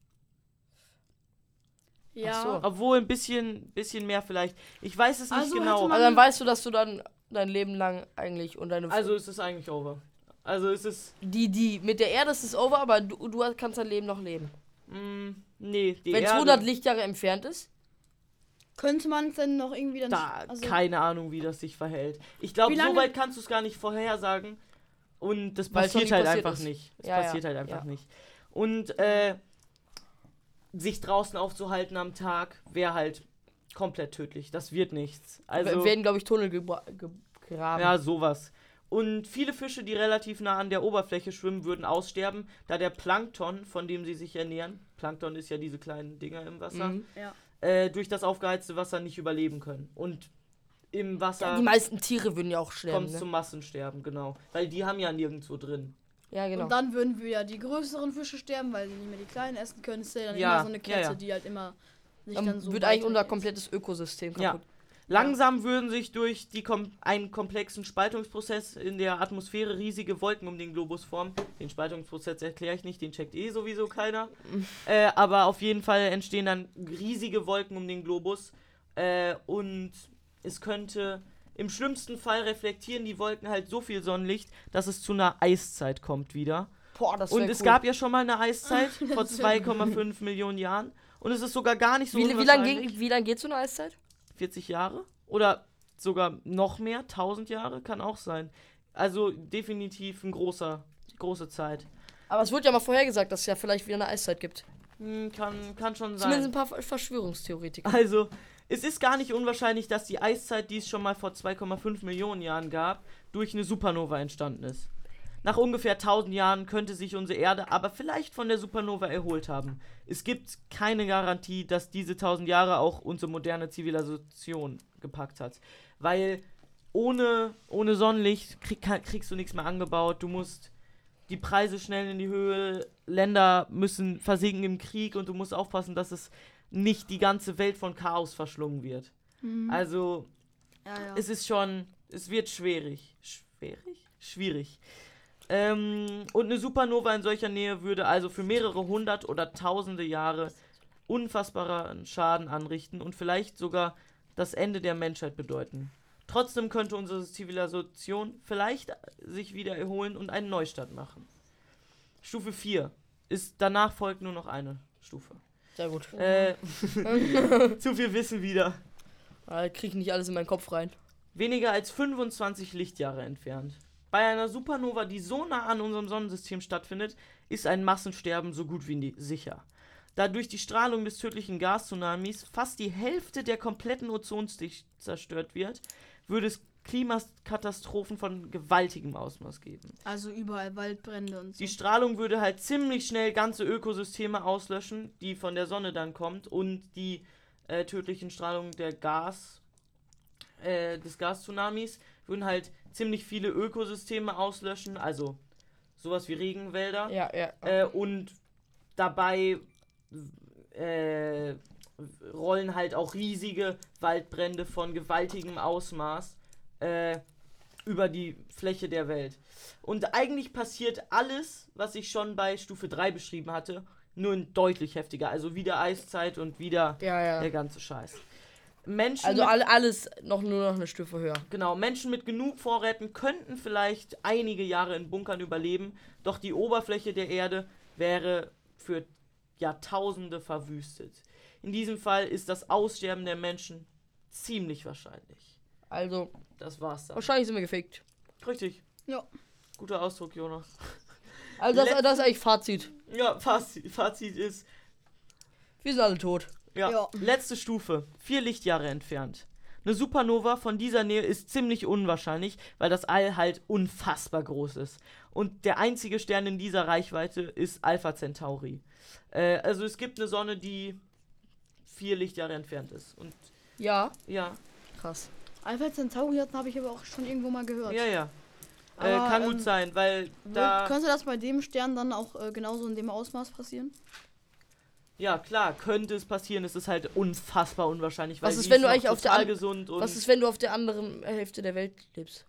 Ja. so. Obwohl ein bisschen, bisschen mehr vielleicht. Ich weiß es nicht Also genau. hätte man- Also dann weißt du, dass du dann dein Leben lang eigentlich und deine Also es ist eigentlich over. Also es ist, die die mit der Erde ist es over, aber du, du kannst dein Leben noch leben. mh, nee, die Wenn es Erde, hundert Lichtjahre entfernt ist, Könnte man es denn noch irgendwie dann... da, also, keine Ahnung, wie das sich verhält. Ich glaube, Wie so lange- weit kannst du es gar nicht vorhersagen. Und das Weil es noch passiert nie halt passiert einfach ist. nicht. Es Ja, ja, passiert halt einfach ja. nicht. Und äh, sich draußen aufzuhalten am Tag wäre halt komplett tödlich. Das wird nichts. also Also werden, glaube ich, Tunnel gebra- gegraben. ja, sowas. Und viele Fische, die relativ nah an der Oberfläche schwimmen, würden aussterben, da der Plankton, von dem sie sich ernähren, Plankton ist ja diese kleinen Dinger im Wasser, Mhm. Ja. äh, durch das aufgeheizte Wasser nicht überleben können. Und im Ja, Wasser die meisten Tiere würden ja auch sterben. kommt es Ne? zum Massensterben, genau. Weil die haben ja nirgendwo drin. Ja, genau. Und dann würden wir ja die größeren Fische sterben, weil sie nicht mehr die kleinen essen können. Es ist ja dann Ja, immer so eine ja, Kette, ja. die halt immer sich dann dann so wird eigentlich unser weiterhält. komplettes Ökosystem Ja. kaputt. Langsam würden sich durch die kom einen komplexen Spaltungsprozess in der Atmosphäre riesige Wolken um den Globus formen. Den Spaltungsprozess erkläre ich nicht, den checkt eh sowieso keiner. äh, aber auf jeden Fall entstehen dann riesige Wolken um den Globus. Äh, und es könnte im schlimmsten Fall reflektieren die Wolken halt so viel Sonnenlicht, dass es zu einer Eiszeit kommt wieder. Boah, das Und wär es cool. gab ja schon mal eine Eiszeit vor zwei Komma fünf Millionen Jahren. Und es ist sogar gar nicht so Wie, wie lange unwahrscheinlich. ging, wie lang geht so eine Eiszeit? vierzig Jahre? Oder sogar noch mehr? tausend Jahre? Kann auch sein. Also definitiv ein großer, große Zeit. Aber es wurde ja mal vorhergesagt, dass es ja vielleicht wieder eine Eiszeit gibt. Hm, kann, kann schon Zumindest sein. ein paar Verschwörungstheoretiker. Also, es ist gar nicht unwahrscheinlich, dass die Eiszeit, die es schon mal vor zwei Komma fünf Millionen Jahren gab, durch eine Supernova entstanden ist. Nach ungefähr tausend Jahren könnte sich unsere Erde aber vielleicht von der Supernova erholt haben. Es gibt keine Garantie, dass diese tausend Jahre auch unsere moderne Zivilisation gepackt hat. Weil ohne, ohne Sonnenlicht krieg, kriegst du nichts mehr angebaut. Du musst die Preise schnell in die Höhe. Länder müssen versinken im Krieg und du musst aufpassen, dass es nicht die ganze Welt von Chaos verschlungen wird. Mhm. Also, ja, ja. es ist schon, es wird schwierig. Schwierig? Schwierig. Ähm, und eine Supernova in solcher Nähe würde also für mehrere hundert oder tausende Jahre unfassbaren Schaden anrichten und vielleicht sogar das Ende der Menschheit bedeuten. Trotzdem könnte unsere Zivilisation vielleicht sich wieder erholen und einen Neustart machen. Stufe vier ist, danach folgt nur noch eine Stufe. Sehr gut. Äh, zu viel Wissen wieder. Da krieg ich nicht alles in meinen Kopf rein. Weniger als fünfundzwanzig Lichtjahre entfernt. Bei einer Supernova, die so nah an unserem Sonnensystem stattfindet, ist ein Massensterben so gut wie nie sicher. Da durch die Strahlung des tödlichen Gastsunamis fast die Hälfte der kompletten Ozonschicht zerstört wird, würde es Klimakatastrophen von gewaltigem Ausmaß geben. Also überall Waldbrände und so. Die Strahlung würde halt ziemlich schnell ganze Ökosysteme auslöschen, die von der Sonne dann kommt, und die äh, tödlichen Strahlungen der Gas, äh, des Gastsunamis würden halt ziemlich viele Ökosysteme auslöschen, also sowas wie Regenwälder. Ja, ja. Äh, und dabei äh, rollen halt auch riesige Waldbrände von gewaltigem Ausmaß äh, über die Fläche der Welt. Und eigentlich passiert alles, was ich schon bei Stufe drei beschrieben hatte, nur in deutlich heftiger. Also wieder Eiszeit und wieder Ja, ja. der ganze Scheiß. Menschen Also mit, all, alles noch nur noch eine Stufe höher. genau, Menschen mit genug Vorräten könnten vielleicht einige Jahre in Bunkern überleben, doch die Oberfläche der Erde wäre für Jahrtausende verwüstet. In diesem Fall ist das Aussterben der Menschen ziemlich wahrscheinlich. Also, Das war's dann. wahrscheinlich sind wir gefickt. Richtig. Ja. Guter Ausdruck, Jonas. Also, das, Letzte- das ist eigentlich Fazit. Ja, Fazit, Fazit ist, Wir sind alle tot. ja, Ja. letzte Stufe, vier Lichtjahre entfernt. Eine Supernova von dieser Nähe ist ziemlich unwahrscheinlich, weil das All halt unfassbar groß ist. Und der einzige Stern in dieser Reichweite ist Alpha Centauri. Äh, also es gibt eine Sonne, die vier Lichtjahre entfernt ist. Und Ja. ja, Krass. Alpha Centauri habe ich aber auch schon irgendwo mal gehört. ja, ja. Äh, Aber, kann ähm, gut sein, weil Wird- da... Könnte das bei dem Stern dann auch äh, genauso in dem Ausmaß passieren? Ja, klar, könnte es passieren. Es ist halt unfassbar unwahrscheinlich, weil Was ist, die wenn du noch eigentlich auf der total an- gesund und Was ist, wenn du auf der anderen Hälfte der Welt lebst?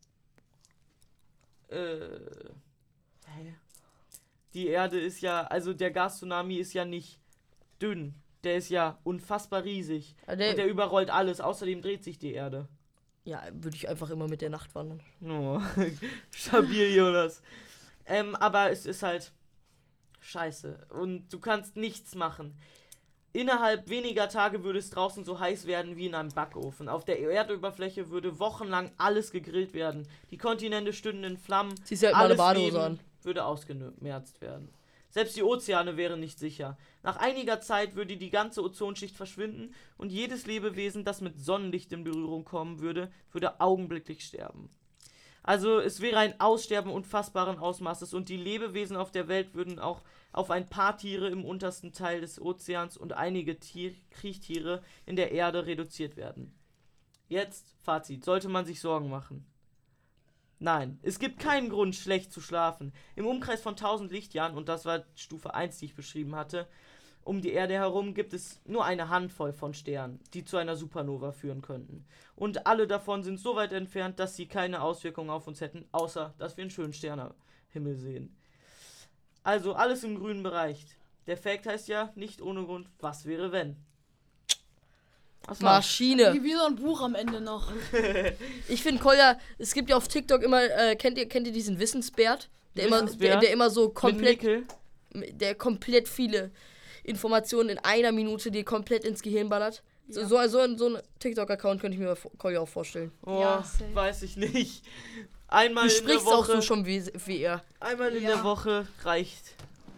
äh, hä? Die Erde ist ja, also der Gastsunami ist ja nicht dünn. Der ist ja unfassbar riesig. Ja, der- Und der überrollt alles. Außerdem dreht sich die Erde. Ja, würde ich einfach immer mit der Nacht wandern. Oh, stabil, Jonas. Ähm, aber es ist halt scheiße. Und du kannst nichts machen. Innerhalb weniger Tage würde es draußen so heiß werden wie in einem Backofen. Auf der Erdoberfläche würde wochenlang alles gegrillt werden. Die Kontinente stünden in Flammen. Ziehst ja halt mal eine Alles Badehose Leben an. würde ausgemerzt werden. Selbst die Ozeane wären nicht sicher. Nach einiger Zeit würde die ganze Ozonschicht verschwinden und jedes Lebewesen, das mit Sonnenlicht in Berührung kommen würde, würde augenblicklich sterben. Also es wäre ein Aussterben unfassbaren Ausmaßes und die Lebewesen auf der Welt würden auch auf ein paar Tiere im untersten Teil des Ozeans und einige Tier- Kriechtiere in der Erde reduziert werden. Jetzt, Fazit, sollte man sich Sorgen machen? Nein, es gibt keinen Grund, schlecht zu schlafen. Im Umkreis von tausend Lichtjahren, und das war Stufe eins, die ich beschrieben hatte, um die Erde herum gibt es nur eine Handvoll von Sternen, die zu einer Supernova führen könnten. Und alle davon sind so weit entfernt, dass sie keine Auswirkungen auf uns hätten, außer dass wir einen schönen Sternehimmel sehen. Also alles im grünen Bereich. Der Fact heißt ja nicht ohne Grund, was wäre wenn. Was war's? Maschine. Wie, wie so ein Buch am Ende noch. Ich finde Kolja, es gibt ja auf TikTok immer, äh, kennt ihr kennt ihr diesen Wissensbert? Der immer, der, Wissensbert? der immer so komplett, Mit der komplett viele Informationen in einer Minute, die komplett ins Gehirn ballert. So, Ja. so, so, ein- so ein TikTok-Account könnte ich mir bei Kolja auch vorstellen. Oh, Ja, safe. weiß ich nicht. Einmal Du in der sprichst auch Woche. so schon wie, wie er. Einmal in Ja. der Woche reicht.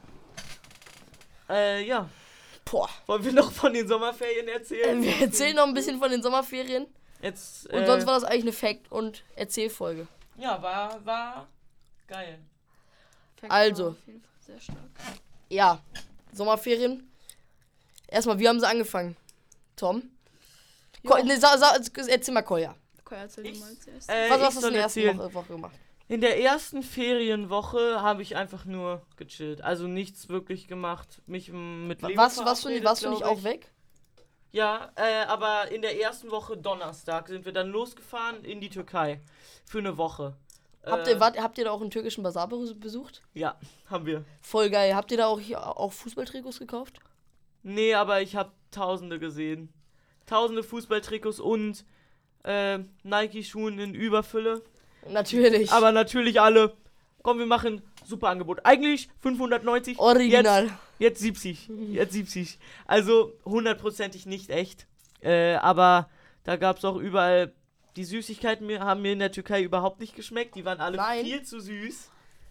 Äh, ja. Boah. Wollen wir noch von den Sommerferien erzählen? Äh, wir erzählen noch ein bisschen von den Sommerferien. Jetzt, Und äh, sonst war das eigentlich eine Fact- und Erzählfolge. Ja, war, war geil. Fact Also. war auf jeden Fall sehr stark. Ja, Sommerferien. Erstmal, wie haben sie angefangen? Tom? Ko Ja. nee, sa sa erzähl mal Kolja. Okay, erzähl Ich- du mal zuerst. Äh, Was ich hast du in soll der ersten erzählen. Woche, Woche gemacht? In der ersten Ferienwoche habe ich einfach nur gechillt. Also nichts wirklich gemacht. Mich m, mit Leo Warst, du- warst, du, verabredet, nicht- warst du nicht glaub auch ich. weg? Ja, äh, aber in der ersten Woche Donnerstag sind wir dann losgefahren in die Türkei. Für eine Woche. Habt, Äh, ihr, wart, habt ihr da auch einen türkischen Basar be- besucht? Ja, haben wir. Voll geil. Habt ihr da auch, hier, auch Fußballtrikots gekauft? Nee, aber ich habe Tausende gesehen. Tausende Fußballtrikots und äh, Nike-Schuhen in Überfülle. Natürlich. Aber natürlich alle. Komm, wir machen super Angebot. Eigentlich fünfhundertneunzig. Original. Jetzt, jetzt siebzig. Jetzt siebzig. Also hundertprozentig nicht echt. Äh, aber da gab es auch überall. Die Süßigkeiten mir, haben mir in der Türkei überhaupt nicht geschmeckt. Die waren alle Nein. viel zu süß.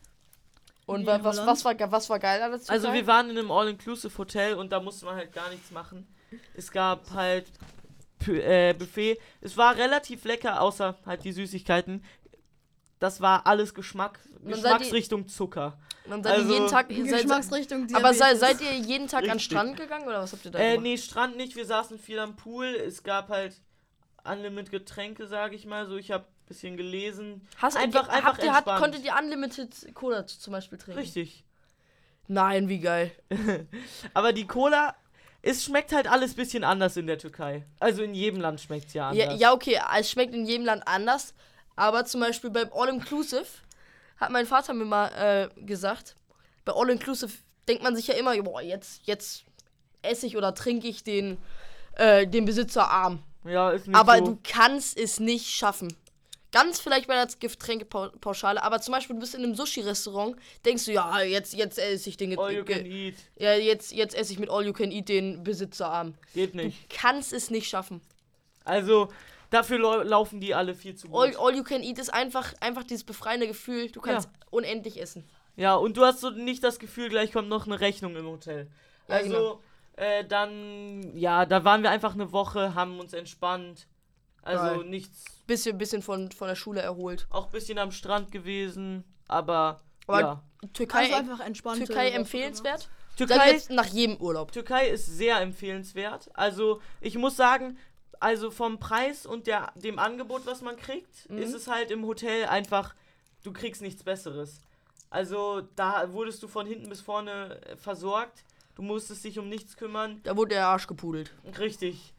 Und Wie wa in was, Holland? was, war, ge- was war geil an der Türkei? Also wir waren in einem All-Inclusive-Hotel und da musste man halt gar nichts machen. Es gab halt P äh, Buffet. Es war relativ lecker, außer halt die Süßigkeiten. Das war alles Geschmack, Man seid Geschmacksrichtung Zucker. Und seid also- ihr jeden Tag... Ihr seid, Geschmacksrichtung aber sei, Diabetes. seid ihr jeden Tag an den Richtig. Strand gegangen oder was habt ihr da Äh, gemacht? nee, Strand nicht, wir saßen viel am Pool. Es gab halt Unlimited Getränke, sage ich mal. So, ich habe ein bisschen gelesen. Hast, einfach- habt einfach ihr, habt, entspannt. konntet ihr Unlimited Cola z- zum Beispiel trinken? Richtig. Nein, wie geil. Aber die Cola, es schmeckt halt alles ein bisschen anders in der Türkei. Also in jedem Land schmeckt es ja anders. Ja, ja, okay, es schmeckt in jedem Land anders. Aber zum Beispiel beim All-Inclusive hat mein Vater mir mal äh, gesagt, bei All-Inclusive denkt man sich ja immer, boah, jetzt, jetzt esse ich oder trinke ich den, äh, den Besitzer arm. Ja, ist nicht Aber so. du kannst es nicht schaffen. Ganz vielleicht bei der Getränkepauschale, aber zum Beispiel, du bist in einem Sushi-Restaurant, denkst du, ja, jetzt, jetzt esse ich den Get- All you Ge- can eat. ja, jetzt, jetzt esse ich mit All You Can Eat den Besitzer arm. Geht Du nicht. kannst es nicht schaffen. Also, dafür lau- laufen die alle viel zu gut. All, all You Can Eat ist einfach, einfach dieses befreiende Gefühl, du kannst Ja. unendlich essen. Ja, und du hast so nicht das Gefühl, gleich kommt noch eine Rechnung im Hotel. Ja, Also, genau. äh, dann, ja, da waren wir einfach eine Woche, haben uns entspannt. Also Geil. nichts, Bisschen, bisschen von, von der Schule erholt. auch ein bisschen am Strand gewesen, aber, Aber ja. Türkei, Also einfach entspannte Türkei Woche empfehlenswert? Sag ich Türkei, jetzt nach jedem Urlaub. Türkei ist sehr empfehlenswert. Also, ich muss sagen, also vom Preis und der, dem Angebot, was man kriegt, Mhm. ist es halt im Hotel einfach, du kriegst nichts Besseres. Also, da wurdest du von hinten bis vorne äh, versorgt. Du musstest dich um nichts kümmern. Da wurde der Arsch gepudelt. Richtig.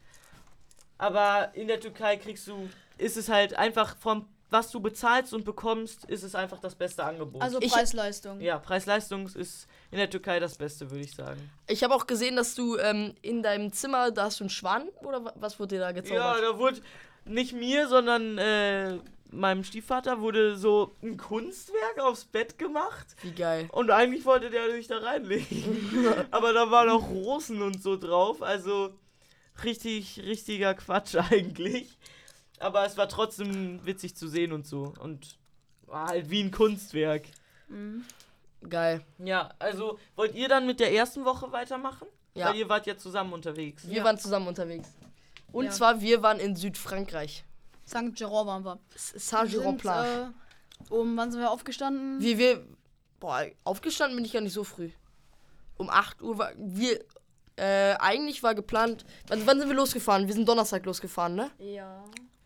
Aber in der Türkei kriegst du, ist es halt einfach vom, was du bezahlst und bekommst, ist es einfach das beste Angebot. Also Ich- Preis-Leistung. ja, Preis-Leistung ist in der Türkei das Beste, würde ich sagen. Ich habe auch gesehen, dass du ähm, in deinem Zimmer, da hast du einen Schwan oder wa- was wurde dir da Ja, gezaubert? da wurde nicht mir, sondern äh, meinem Stiefvater wurde so ein Kunstwerk aufs Bett gemacht. Wie geil. Und eigentlich wollte der sich da reinlegen. Aber da waren auch Rosen und so drauf. Also richtig, richtiger Quatsch eigentlich. Aber es war trotzdem witzig zu sehen und so. Und war halt wie ein Kunstwerk. Mhm. Geil. Ja, also wollt ihr dann mit der ersten Woche weitermachen? Ja. Weil ihr wart ja zusammen unterwegs. Wir Ja. waren zusammen unterwegs. Und Ja. zwar, wir waren in Südfrankreich. Sankt Gerard waren wir. Wir Saint-Germain-Plage. Äh, um wann sind wir aufgestanden? Wir, wir, boah, aufgestanden bin ich ja nicht so früh. Um acht Uhr war, wir, äh, eigentlich war geplant, wann, wann sind wir losgefahren? Wir sind Donnerstag losgefahren, ne? Ja.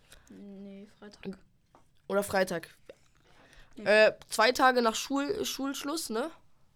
Nee, Freitag. Oder Freitag. Ja. Äh, zwei Tage nach Schul, Schulschluss, ne?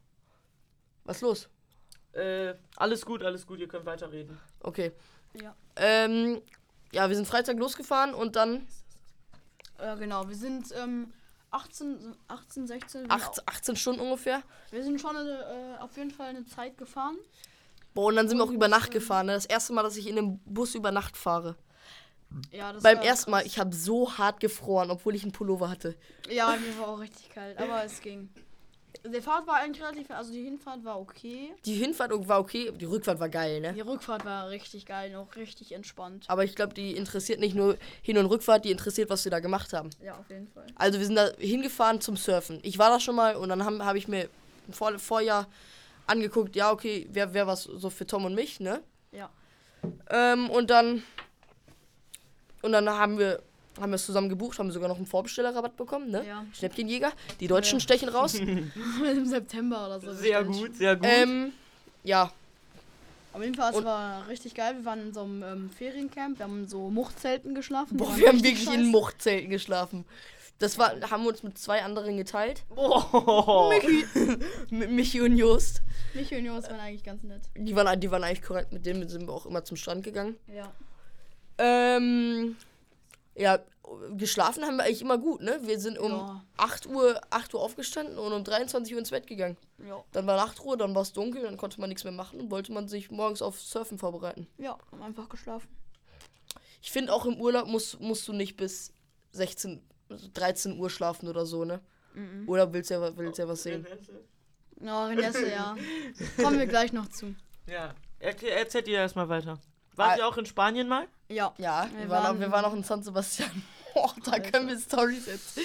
Was ist los? Äh, alles gut, alles gut, ihr könnt weiterreden. Okay. Ja. Ähm, ja, wir sind Freitag losgefahren und dann Ja, genau. Wir sind ähm, achtzehn, achtzehn, sechzehn. wir sind acht, achtzehn Stunden ungefähr. au- Wir sind schon eine, äh, auf jeden Fall eine Zeit gefahren. Boah, und dann sind wir auch über Nacht gefahren. Ne? Das erste Mal, dass ich in einem Bus über Nacht fahre. Ja, das Beim war ersten Mal, krass. ich habe so hart gefroren, obwohl ich einen Pullover hatte. Ja, mir war auch richtig kalt, aber es ging. Die Fahrt war eigentlich relativ, also die Hinfahrt war okay. Die Hinfahrt war okay, die Rückfahrt war geil, ne? Die Rückfahrt war richtig geil, auch richtig entspannt. Aber ich glaube, die interessiert nicht nur Hin- und Rückfahrt, die interessiert, was wir da gemacht haben. Ja, auf jeden Fall. Also wir sind da hingefahren zum Surfen. Ich war da schon mal und dann habe hab ich mir im Vor Vorjahr angeguckt, ja, okay, wer, wer was so für Tom und mich, ne? Ja. Ähm, und dann und dann haben wir haben wir es zusammen gebucht, haben sogar noch einen Vorbestellerrabatt bekommen, ne? Ja. Schnäppchenjäger, die Deutschen Ja. stechen raus. Im September oder so. Sehr bestellt. gut, sehr gut. ähm, ja, Auf jeden Fall, es Und- war richtig geil. Wir waren in so einem ähm, Feriencamp, wir haben in so Muchtzelten geschlafen. die boah, waren wir haben richtig wirklich in scheiße. Muchtzelten geschlafen. Das war, haben wir uns mit zwei anderen geteilt. Oh. Mit Michi und Jost. Michi und Jonas waren eigentlich ganz nett. Die waren, die waren eigentlich korrekt, mit denen sind wir auch immer zum Strand gegangen. Ja. Ähm, ja, geschlafen haben wir eigentlich immer gut, ne? Wir sind um Ja. acht Uhr, acht Uhr aufgestanden und um dreiundzwanzig Uhr ins Bett gegangen. Ja. Dann war acht Uhr, dann war es dunkel, dann konnte man nichts mehr machen und wollte man sich morgens auf Surfen vorbereiten. Ja, haben einfach geschlafen. Ich finde auch im Urlaub musst, musst du nicht bis sechzehn, dreizehn Uhr schlafen oder so, ne? Mhm. Oder willst ja, willst ja was sehen? Ja, Renesse, ja. Kommen wir gleich noch zu. Ja, erklär, erzählt ihr erstmal weiter. Wart Ah. ihr auch in Spanien mal? Ja. Ja, wir, Wir waren, waren- auch, wir waren auch in San Sebastian. Oh, da Alter. können wir Storys erzählen.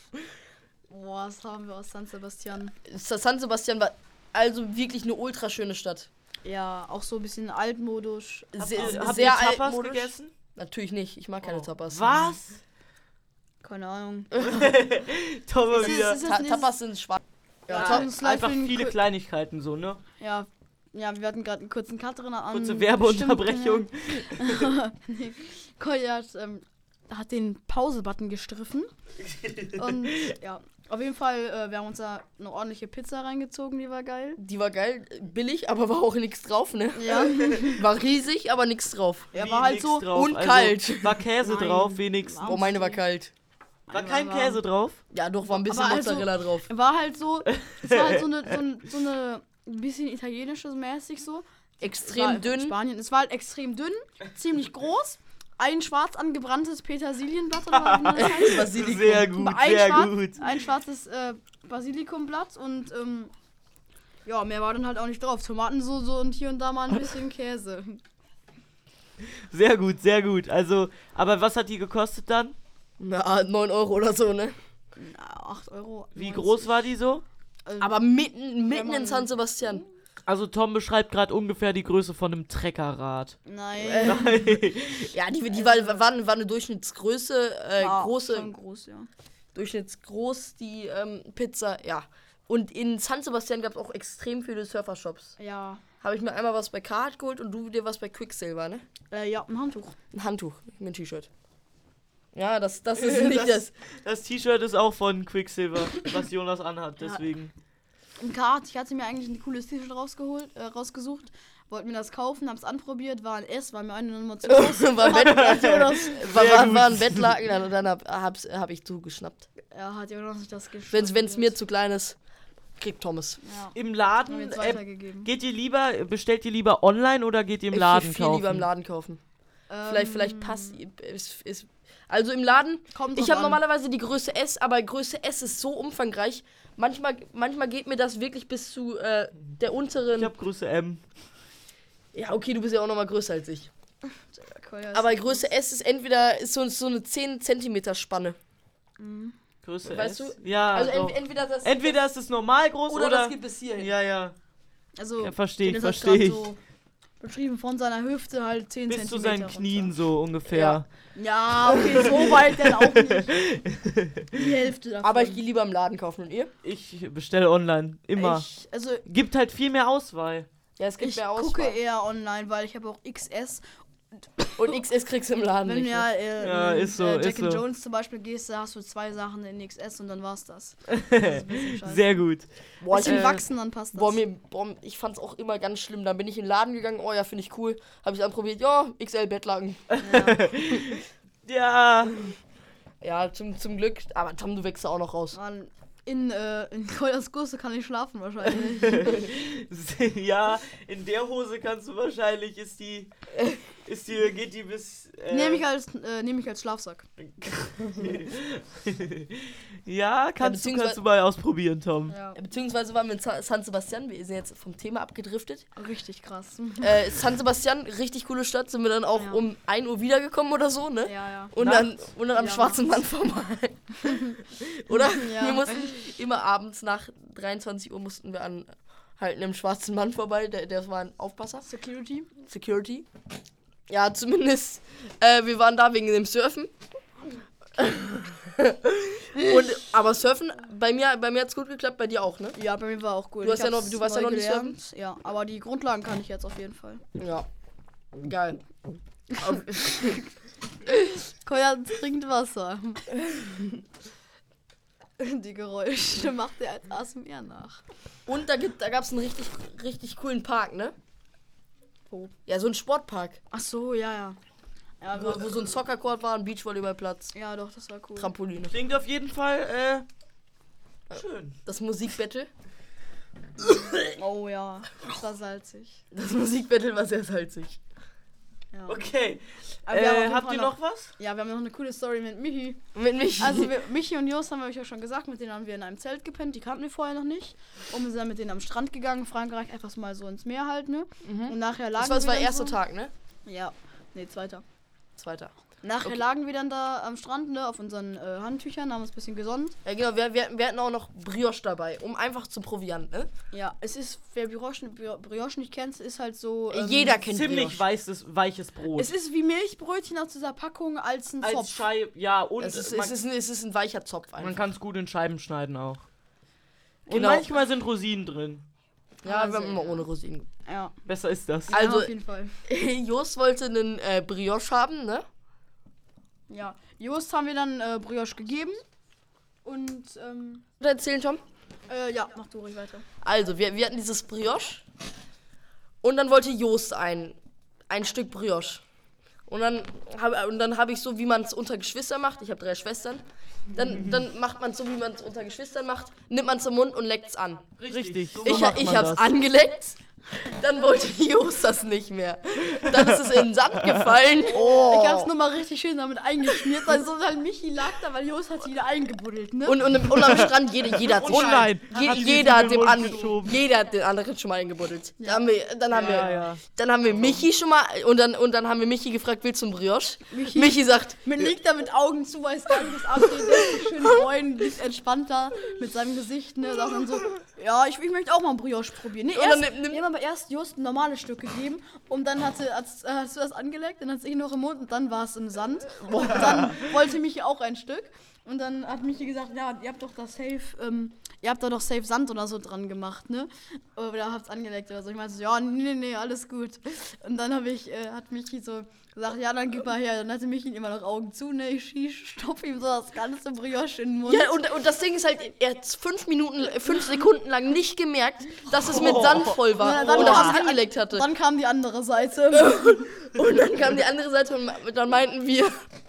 Boah, was haben wir aus San Sebastian? San Sebastian war also wirklich eine ultra schöne Stadt. Ja, auch so ein bisschen altmodisch. Sehr, Habt ihr- habt sehr ihr Tapas altmodisch. gegessen? Natürlich nicht, ich mag keine Oh. Tapas. Was? Keine Ahnung. Toll mal Ist es- wieder. ist es Ta nicht- Tapas sind schwarz. Ja, Ja, Tom Slide Einfach für den viele Ku- Kleinigkeiten so, ne? Ja, ja, wir hatten gerade einen kurzen Cut drin an. Kurze Werbeunterbrechung. nee, Kolja hat, ähm, hat den Pause-Button gestriffen. Und ja, auf jeden Fall, äh, wir haben uns da eine ordentliche Pizza reingezogen, die war geil. Die war geil, billig, aber war auch nichts drauf, ne? Ja, War riesig, aber nichts drauf. er Wie war halt nix so. drauf. und Also, kalt. War Käse Nein. drauf, wenigstens. Warm. Oh, meine war kalt. War Meine kein war warm. Käse drauf? Ja, doch, war ein bisschen Aber also- Mozzarella drauf. Er war halt so. Es war halt so eine, so, ein- so eine ein bisschen italienisches mäßig so. War Extrem in dünn. Spanien. Es war halt extrem dünn, ziemlich groß. Ein schwarz angebranntes Petersilienblatt oder wie das heißt. Basilikum. Sehr gut, ein, sehr schwarz, gut. ein schwarzes äh, Basilikumblatt und ähm, ja, mehr war dann halt auch nicht drauf. Tomatensoße und hier und da mal ein bisschen Käse. Sehr gut, sehr gut. Also, aber was hat die gekostet dann? Na, neun Euro oder so, ne? Na, acht Euro. Wie neunzig. groß war die so? Also, Aber mitten, mitten man- in San Sebastian. Also Tom beschreibt gerade ungefähr die Größe von einem Treckerrad. nein. Ja, die, die war, war, war eine Durchschnittsgröße, äh, War große, Schon groß, ja. Durchschnittsgroß, die ähm, Pizza, ja. Und in San Sebastian gab es auch extrem viele Surfershops. Ja. Habe ich mir einmal was bei Carhartt geholt und du dir was bei Quicksilver, ne? Äh, ja, ein Handtuch. Ein Handtuch mit ein T-Shirt. Ja, das, das ist nicht das. das das T-Shirt ist auch von Quicksilver, was Jonas anhat, Ja. deswegen. Ein Kart, ich hatte mir eigentlich ein cooles T-Shirt rausgeholt, äh, rausgesucht, wollte mir das kaufen, hab's anprobiert, war ein S, war mir eine Nummer zu groß. war, Bett, Hat Jonas, war, Sehr war, gut. war ein Bettlaken, dann, dann hab, hab's, hab ich zugeschnappt. er hat Jonas nicht das geschafft. Wenn's, wenn's mir zu klein ist, kriegt Thomas. Ja, Im haben wir Laden, jetzt äh, weitergegeben. geht ihr lieber, bestellt ihr lieber online oder geht ihr im Ich Laden will viel kaufen? lieber im Laden kaufen. Ähm, Vielleicht, vielleicht passt. Ist, ist, also im Laden, Kommt ich drauf habe an. normalerweise die Größe S, aber Größe S ist so umfangreich. Manchmal, manchmal geht mir das wirklich bis zu äh, der unteren. Ich hab Größe M. Ja, okay, du bist ja auch nochmal größer als ich. Kolja ist Aber groß. Größe S ist entweder ist so, so eine zehn Zentimeter Spanne. Mhm. Größe Weißt S? du? Ja, Also doch. ent, entweder das. Entweder ist es normal groß oder, oder... das geht bis hierhin. ja, ja. Also, Ja, versteh ich, Jonas hat versteh ich. grad So beschrieben von seiner Hüfte halt zehn Bis zu Zentimeter seinen Knien so ungefähr. Ja. Ja, okay, so weit dann auch nicht. Die Hälfte davon. Aber ich gehe lieber im Laden kaufen. Und ihr? Ich bestelle online. Immer. Ich, also, Gibt halt viel mehr Auswahl. Ja, es gibt ich mehr gucke Auswahl. eher online, weil ich habe auch X S. Und X S kriegst du im Laden Wenn nicht. ja, Ne? äh, Ja, in, ist so, äh, ist Jack and so. Jones zum Beispiel gehst, da hast du zwei Sachen in X S und dann war's das. Das ist ein bisschen scheiße. Sehr gut. Boah, Bisschen ich, äh, wachsen, dann passt das. boah, mir, boah, ich fand's auch immer ganz schlimm. Dann bin ich in den Laden gegangen. Oh ja, finde ich cool. Habe ich anprobiert. Ja, X L Bettlaken. Ja, Ja. Ja, zum, zum Glück. Aber Tom, du wächst da auch noch raus. Mann, In, äh, in Koyas Gusse kann ich schlafen wahrscheinlich. Ja, in der Hose kannst du wahrscheinlich, ist die, ist die, geht die bis... Äh, Nehme ich als, äh, nehm ich als Schlafsack. Ja, kannst, Ja, du, kannst du mal ausprobieren, Tom. Ja, Ja, beziehungsweise waren wir in Sa- San Sebastian, wir sind jetzt vom Thema abgedriftet. richtig krass. Äh, San Sebastian, richtig coole Stadt, sind wir dann auch Ja. um ein Uhr wiedergekommen oder so, ne? Ja, ja. Und Nachts? dann, und dann am Ja, Schwarzen Mann vorbei. Oder? Ja. Wir mussten immer abends nach dreiundzwanzig Uhr mussten wir an halt einem Schwarzen Mann vorbei, der, der war ein Aufpasser. Security. Security. Ja, zumindest, äh, wir waren da wegen dem Surfen. Und, aber Surfen, bei mir, bei mir hat's gut geklappt, bei dir auch, ne? Ja, bei mir war auch gut. Du hast Ich ja noch- hab's du warst ja neu noch nicht gelernt. Ja, aber die Grundlagen kann ich jetzt auf jeden Fall. Ja. Geil. Koya trinkt Wasser. Die Geräusche macht er als A S M R nach. Und da, gibt, da gab's einen richtig, richtig coolen Park, ne? Wo? Ja, so ein Sportpark. Ach so, ja, ja. Ja, Wo, wo so ein Soccercourt war, ein Beachvolleyballplatz, ja doch, das war cool. Trampoline. Klingt auf jeden Fall, äh, schön. Das Musikbattle. Oh ja, das war salzig. Das Musikbattle war sehr salzig. Ja. Okay, Aber wir haben auf äh, jeden habt Fall ihr noch was? Ja, wir haben noch eine coole Story mit Michi. Mit mich. Also wir, Michi und Jos haben wir euch ja schon gesagt, mit denen haben wir in einem Zelt gepennt, die kannten wir vorher noch nicht. Und wir sind dann mit denen am Strand gegangen, Frankreich einfach mal so ins Meer halt, ne? Mhm. Und nachher lagen Das war, das wir war dann der erste so. Tag, ne? Ja, nee, zweiter. Zweiter. Nachher Okay. lagen wir dann da am Strand, ne, auf unseren äh, Handtüchern, haben uns ein bisschen gesonnt. Ja, genau, wir, wir, wir hatten auch noch Brioche dabei, um einfach zum Proviant, ne? Ja, es ist, wer Brioche, Brioche nicht kennt, ist halt so... ähm, Jeder kennt Ziemlich Brioche. weißes, weiches Brot. Es ist wie Milchbrötchen aus dieser Packung als ein als Zopf. Scheibe, ja, und Es ist, man, es, ist ein, es ist ein weicher Zopf einfach. man kann es gut in Scheiben schneiden auch. Und Genau. manchmal sind Rosinen drin. Ja, Also, wir haben immer ja. ohne Rosinen. Ja, Besser ist das. Also- ja, auf jeden Fall. Jos wollte einen äh, Brioche haben, ne? Ja, Just haben wir dann äh, Brioche gegeben. Und, ähm, Oder erzählen, Tom? äh, ja, mach du ruhig weiter. Also, wir, wir hatten dieses Brioche. Und dann wollte Jost ein, ein Stück Brioche. Und dann habe und dann habe ich so, wie man es unter Geschwistern macht. Ich habe drei Schwestern. Dann, dann macht man es so, wie man es unter Geschwistern macht. Nimmt man es im Mund und leckt es an. Richtig. So Ich, macht ich man hab's das. angeleckt. Dann wollte Jost das nicht mehr. Dann ist es in den Sand gefallen. Oh. Ich hab's nochmal richtig schön damit eingeschmiert, weil so halt Michi lag da, weil Jos hat sie wieder eingebuddelt, ne? Und, und, im- und am Strand, jeder, jeder hat sich Oh nein, Je, hat sie jeder, es hat in dem den an, Mund geschoben. jeder hat den anderen schon mal eingebuddelt. Da haben wir, dann haben Ja, wir, ja. dann haben wir Michi schon mal und dann und dann haben wir Michi gefragt, willst du ein Brioche? Michi- Michi sagt, Man liegt da mit Augen zu, weiß gar nicht, was abgeht, der ist so schön freuen, liegt entspannt da mit seinem Gesicht, ne, sagt dann so, ja, ich, ich möchte auch mal ein Brioche probieren. Nee, Und erst, dann nimm- nimm- wir haben aber erst Just ein normales Stück gegeben und dann hatte, hast, äh, hast du das angelegt, dann hat ich noch im Mund und dann war es im Sand. Und dann wollte Michi auch ein Stück und dann hat Michi gesagt, ja, ihr habt doch das safe, ähm, ihr habt da doch safe Sand oder so dran gemacht, ne? Oder habt's angelegt oder so. Ich meinte so, ja, nee, nee, alles gut. Und dann habe ich, äh, hat Michi so gesagt, ja, dann gib mal her. Dann hatte Michi immer noch Augen zu, ne? Ich schieß, stopf ihm so das ganze Brioche in den Mund. ja, und, und das Ding ist halt, er hat fünf Minuten, äh, fünf Sekunden lang nicht gemerkt, dass es mit Sand voll war Ja, dann und dass kam es die- angelegt hatte. Dann kam die andere Seite. Und dann kam die andere Seite und dann meinten wir,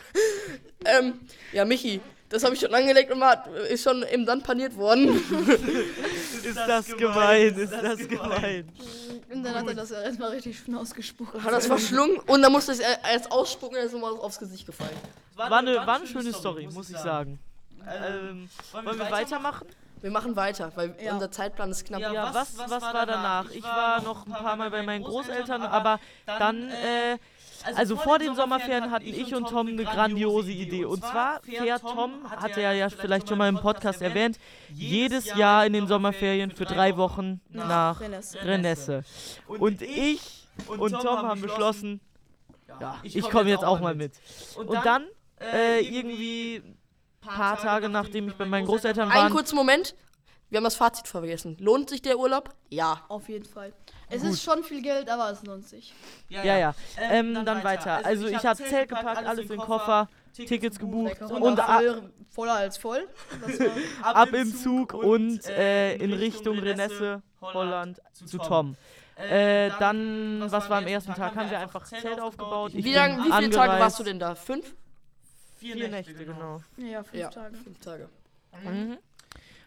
ähm, ja, Michi, das habe ich schon angelegt und war, ist schon im Sand paniert worden. Ist das gemein, ist das gemein. Und dann hat er das ja erstmal richtig schön ausgespuckt. Hat das verschlungen und dann musste ich erst ausspucken und dann ist ihm aufs Gesicht gefallen. War eine, war eine schöne Story, muss ich sagen. Ähm, wollen wir weitermachen? Wir machen weiter, weil Ja. unser Zeitplan ist knapp. Ja, was, was war danach? Ich war noch ein paar Mal bei meinen Großeltern, aber dann, äh, also vor den Sommerferien hatten ich und Tom eine grandiose Idee. Und zwar fährt Tom, hat er ja vielleicht schon mal im Podcast erwähnt, jedes Jahr in den Sommerferien für drei Wochen nach Renesse. Renesse. Und ich und Tom haben beschlossen, ja, ich komme jetzt auch mal mit. Und dann, äh, irgendwie ein paar Tage nachdem ich bei meinen Großeltern Einen war, kurzen Moment. Wir haben das Fazit vergessen. Lohnt sich der Urlaub? Ja. Auf jeden Fall. Es ist schon viel Geld, aber es lohnt sich. ja, ja, ähm, dann weiter. Also ich habe Zelt gepackt, alles in den Koffer, Tickets gebucht Und, und a- voll, voller als voll. Das war ab im Zug und äh, in Richtung Renesse, Holland, zu Tom. Äh, dann, was war am ersten Tag? Haben wir einfach Zelt aufgebaut. Ich Wie, bin lang, wie viele Tage angereist. warst du denn da? Fünf? Vier Nächte, genau. ja, fünf Ja, Tage. fünf Tage. Mhm.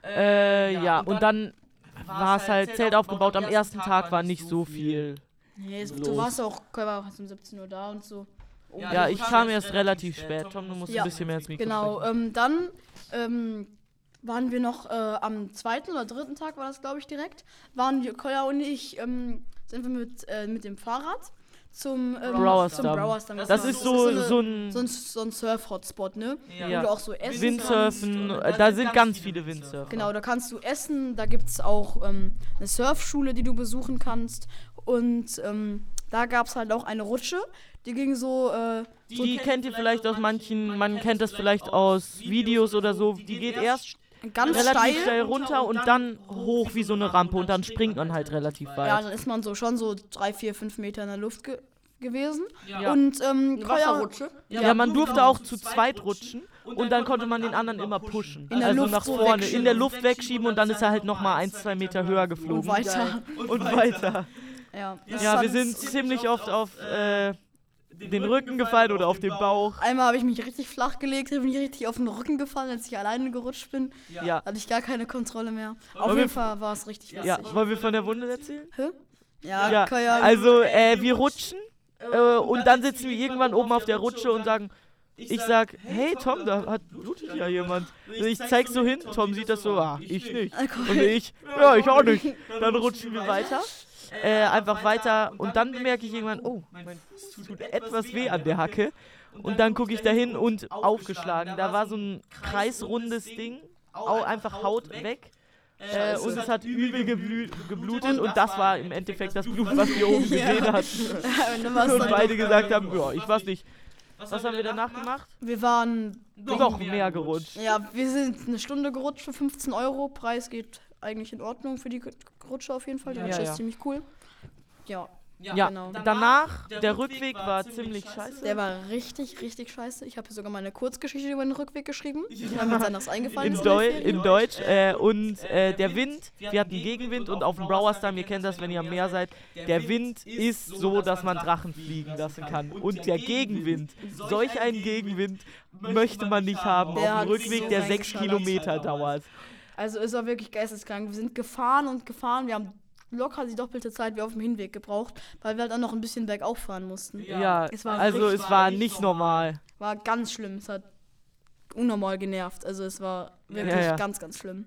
Äh, ja, und dann war es halt Zelt aufgebaut. Am ersten Tag war nicht so viel. Nee, es- los. du warst auch, Koya war auch um siebzehn Uhr da und so. Ja, ich kam erst relativ spät. Tom, du musst Ja, ein bisschen mehr ins Mikro Genau, sprechen. ähm, dann ähm, waren wir noch äh, am zweiten oder dritten Tag, war das glaube ich direkt, waren wir, Koya und ich, ähm, sind wir mit, äh, mit dem Fahrrad zum, ähm, Browersdamm. zum Browersdamm. Das ist so, eine- so ein so ein, so ein Surf-Hotspot, ne? Ja. Wo du auch so essen Windsurfen. kannst. äh, Da sind ganz viele Windsurfer. Genau, da kannst du essen, da gibt es auch ähm, eine Surfschule, die du besuchen kannst. Und ähm, da gab es halt auch eine Rutsche, die ging so, äh, so Die kennt ihr vielleicht aus manchen, man kennt das vielleicht aus Videos oder so. Die geht erst ganz relativ steil. steil runter und dann hoch wie so eine Rampe und dann springt man halt relativ Ja, weit. dann ist man so schon so drei, vier, fünf Meter in der Luft ge gewesen. Ja. Und ähm, Eine Koya- Wasserrutsche. Ja, man durfte auch zu zweit rutschen und dann konnte man den anderen immer pushen. In der Also Luft nach so vorne, wegschieben. in der Luft wegschieben und dann ist er halt nochmal ein, zwei Meter höher und geflogen. weiter. Und weiter. Ja, das Ja, fand- wir sind ziemlich oft auf äh, den Rücken gefallen oder auf den Bauch. Einmal habe ich mich richtig flach gelegt, bin ich richtig auf den Rücken gefallen, als ich alleine gerutscht bin. Ja. Hatte ich gar keine Kontrolle mehr. Auf Wollen jeden wir- Fall war es richtig witzig. Ja, wollen wir von der Wunde erzählen? Hä? Ja, Ja, Koya, also äh, wir rutschen äh, und dann sitzen wir irgendwann oben auf der Rutsche und sagen, ich sag, hey Tom, da hat blutet ja jemand. Ich zeig so hin, Tom sieht das so, ah, ich nicht. Und ich, ja, ich auch nicht. Dann rutschen wir weiter, äh, einfach weiter und dann merke ich irgendwann, oh, mein Fuß tut etwas weh an der Hacke. Und dann gucke ich da hin und aufgeschlagen. Da war so ein kreisrundes Ding, au, einfach Haut weg. Äh, und es hat übel geblü geblutet und das war im Endeffekt das Blut, was wir oben gesehen hatten. und dann war's Und dann beide gesagt haben, ja, ich weiß nicht. Was haben wir danach gemacht? wir waren, Noch mehr gerutscht. ja, wir sind eine Stunde gerutscht für fünfzehn Euro. Preis geht eigentlich in Ordnung für die Rutsche auf jeden Fall. Die Ja, Rutsche ja. ist ziemlich cool. Ja, Ja, genau. danach, der Rückweg war ziemlich scheiße. Der war richtig, richtig scheiße. Ich habe hier sogar meine Kurzgeschichte über den Rückweg geschrieben, weil mir jetzt anders eingefallen In, ist. Deu in den Ferien. in Deutsch. Äh, und äh, der Wind, wir hatten Gegenwind und auf dem Browersdamm, ihr kennt das, wenn ihr am Meer seid, der Wind ist so, dass man Drachen fliegen lassen kann. Und der Gegenwind, solch einen Gegenwind möchte man nicht haben Der auf hat dem Rückweg, so der sechs reingeschallert. Kilometer dauert. Also es war wirklich geisteskrank. Wir sind gefahren und gefahren. Wir haben locker die doppelte Zeit wie auf dem Hinweg gebraucht, weil wir halt dann noch ein bisschen bergauf fahren mussten. Ja, Es war also richtig- es war nicht normal. War ganz schlimm. Es hat unnormal genervt. Also es war wirklich Ja, ja. ganz, ganz schlimm.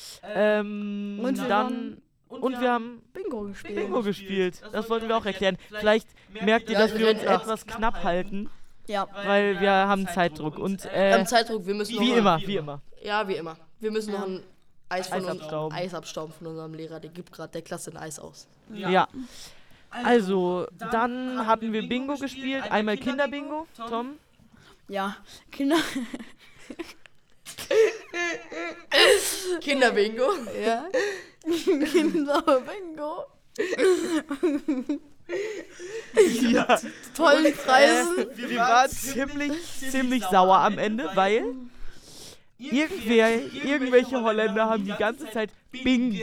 Ähm, Und wir dann... Und wir haben Bingo gespielt. Bingo gespielt. Das wollten wir auch erklären. Vielleicht merkt ihr, Ja, dass wir uns ja. etwas knapp halten, Ja. weil wir haben Zeitdruck. Und Wir äh, haben Zeitdruck, wir müssen wie noch immer, wie immer. Ja, wie immer. Wir müssen noch ein Eis, von Eis uns- abstauben. Eis abstauben von unserem Lehrer. Der gibt gerade der Klasse ein Eis aus. Ja. Also, dann hatten wir Bingo gespielt. Einmal Kinderbingo, Tom. Ja. Kinder. Kinderbingo. Ja. Kinderbingo. Ja. Tollen Preisen. Äh, wir waren ziemlich, ziemlich sauer am Ende, weil irgendwer, irgendwelche Holländer haben die ganze Zeit Bingo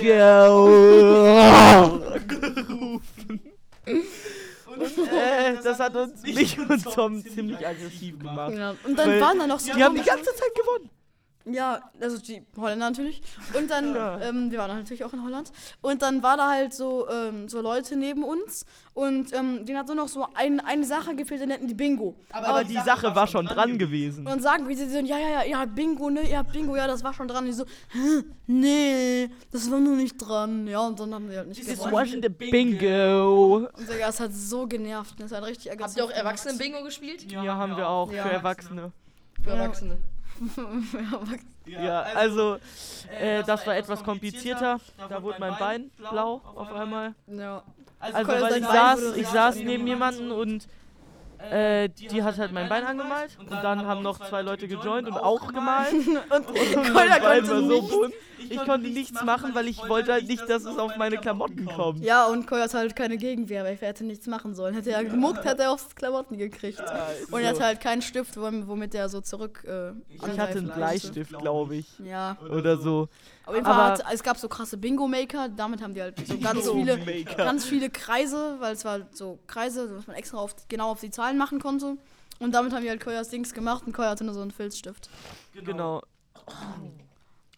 gerufen. Und äh, das hat uns, mich und Tom ziemlich aggressiv gemacht. Ja. Und dann Weil waren da noch so Die haben die komische- ganze Zeit gewonnen. Ja, also die Holländer natürlich. Und dann, Ja. ähm, wir waren natürlich auch in Holland. Und dann war da halt so, ähm, so Leute neben uns. Und ähm, denen hat so noch so ein, eine Sache gefehlt, die nennten die Bingo. Aber die Sache war schon dran gewesen. Und dann sagen wir, sie so, ja, ja, ja, ihr habt Bingo, ne? Ihr habt Bingo, ja, das war schon dran. Und die so, hä, nee, das war nur nicht dran. Ja, und dann haben wir halt nicht This gewonnen. wasn't a Bingo. Und Digga, es hat so genervt. Das hat richtig aggressiv Habt ihr auch gemacht. Erwachsenen-Bingo gespielt? Ja, haben wir auch Ja. für Erwachsene. Für Ja. Erwachsene. Ja, also äh, das war etwas komplizierter. Da wurde mein Bein blau auf einmal. Ja. Also Koya, weil dein ich Bein saß, wurde ich saß neben jemanden und äh, die hat halt mein Bein angemalt und dann haben noch zwei Leute gejoint und auch gemalt. Und, Und Koya mein Bein konnte war so nicht. bunt. Ich konnte nichts machen, weil ich wollte halt nicht, dass es auf meine Klamotten kommt. Ja, und Koya hat halt keine Gegenwehr, weil er hätte nichts machen sollen. Hätte er gemuckt, hätte er aufs Klamotten gekriegt. ist Und er so. hatte halt keinen Stift, wom- womit er so zurück äh, Ich hatte einen angreifen konnte. Bleistift, glaube ich. Ja. Oder so. Auf jeden Fall Aber- hat, es gab so krasse Bingo-Maker, damit haben die halt so ganz viele, Bingo-Maker. ganz viele Kreise, weil es war halt so Kreise, was man extra auf, genau auf die Zahlen machen konnte. Und damit haben die halt Koyas Dings gemacht und Koya hatte nur so einen Filzstift. Genau.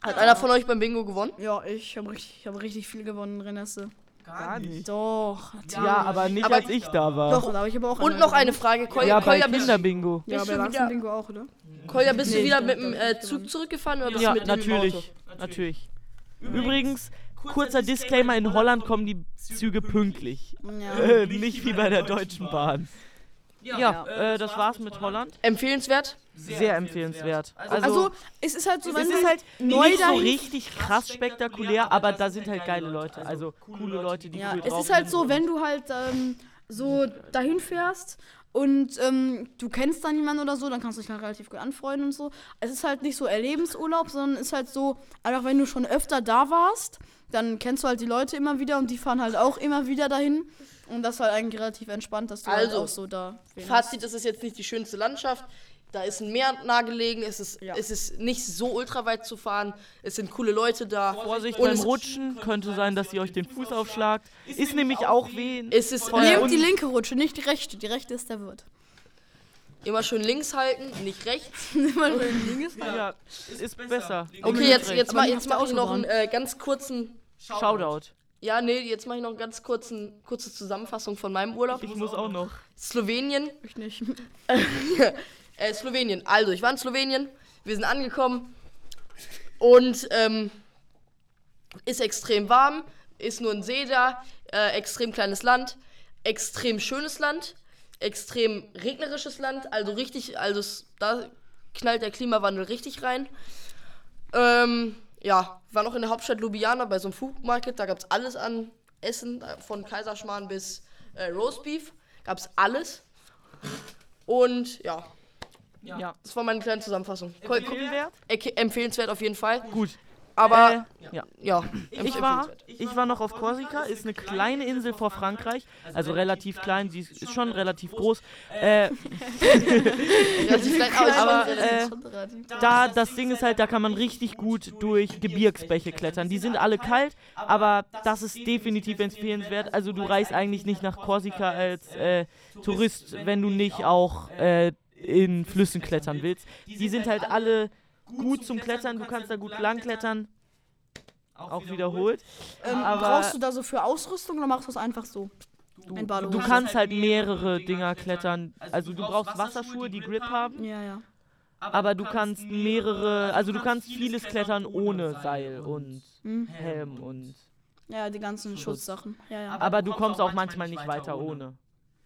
Hat einer von euch beim Bingo gewonnen? Ja, ich habe richtig, ich hab richtig viel gewonnen, Renesse. Gar nicht. Doch, natürlich. Ja, aber nicht Aber- als ich da war. Doch, da habe ich aber auch Und einmal noch eine gewonnen. Frage. Kolja, Ja, bei Kolja, bist, Kinderbingo. Ja, bist bei du wieder, Erwachsenen-Bingo auch, oder? Kolja, bist Nee, du wieder ich mit glaub, dem da äh, hab ich Zug gewonnen. zurückgefahren oder bist Ja, du mit dem Auto? natürlich. Natürlich. Übrigens, kurzer Disclaimer, in Holland kommen die Züge pünktlich. Ja. Äh, nicht wie bei der Deutschen Bahn. Ja, äh, das war's mit Holland. Empfehlenswert? Sehr empfehlenswert. Also, es ist halt so, wenn es du ist halt neu nicht so dahin... richtig krass spektakulär, aber da sind halt geile Leute. Also coole Leute, die Ja, cool es drauf ist halt sind so, und- wenn du halt ähm, so dahin fährst und ähm, du kennst da niemanden oder so, dann kannst du dich halt relativ gut anfreunden und so. Es ist halt nicht so Erlebensurlaub, sondern es ist halt so, einfach wenn du schon öfter da warst, dann kennst du halt die Leute immer wieder und die fahren halt auch immer wieder dahin. Und das ist halt eigentlich relativ entspannt, dass du halt Also, auch so da... Fazit, das ist jetzt nicht die schönste Landschaft. Da ist ein Meer nah gelegen, es ist, Ja. es ist nicht so ultra weit zu fahren, es sind coole Leute da. Vorsicht Und beim es- Rutschen, könnte sein, dass ihr euch den Fuß aufschlagt. Ist nämlich auch wehen. Es ist Voll. äh, Nehmt und- die linke Rutsche, nicht die rechte. Die rechte ist der Wirt. immer schön links halten, nicht rechts. Immer schön links. Ja, ist besser. Okay, jetzt, jetzt, Aber mal, die jetzt auf der mache ich noch einen Autobahn. äh, ganz kurzen. Shoutout. Ja, nee, jetzt mache ich noch eine ganz kurzen, kurze Zusammenfassung von meinem Urlaub. Ich muss auch noch. Slowenien. Ich nicht. Äh, Slowenien. Also, ich war in Slowenien. Wir sind angekommen. Und ähm, ist extrem warm. Ist nur ein See da. Äh, extrem kleines Land. Extrem schönes Land. Extrem regnerisches Land. Also richtig, also es, da knallt der Klimawandel richtig rein. Ähm, ja, war noch in der Hauptstadt Ljubljana bei so einem Food Market. Da gab es alles an Essen. äh, Von Kaiserschmarrn bis äh, Roastbeef. Gab es alles. Und ja, Ja. das war meine kleine Zusammenfassung. Kol- Empfehlenswert? Ecke- Empfehlenswert auf jeden Fall. Gut. Aber Äh, ja. ja, Ich war, ich war noch auf Korsika, ist eine kleine Insel vor Frankreich, also relativ klein, sie ist schon relativ groß. Äh, relativ klein, aber, Aber, aber äh, da, das Ding ist halt, da kann man richtig gut durch Gebirgsbäche klettern. Die sind alle kalt, aber das ist definitiv empfehlenswert. Also du reist eigentlich nicht nach Korsika als äh, Tourist, wenn du nicht auch äh, in Flüssen klettern willst. Die sind halt alle gut zum Klettern, du kannst da gut lang klettern. Auch wiederholt. Ähm, Aber- brauchst du da so für Ausrüstung oder machst du es einfach so? Ein Badehose. Du kannst halt mehrere Dinger klettern. Also du brauchst Wasserschuhe, die Grip haben. Ja, ja. Aber du kannst mehrere, also du kannst vieles klettern ohne Seil und Hm. Helm und. Ja, die ganzen Schutzsachen. Ja, ja. Aber du kommst auch manchmal nicht weiter ohne.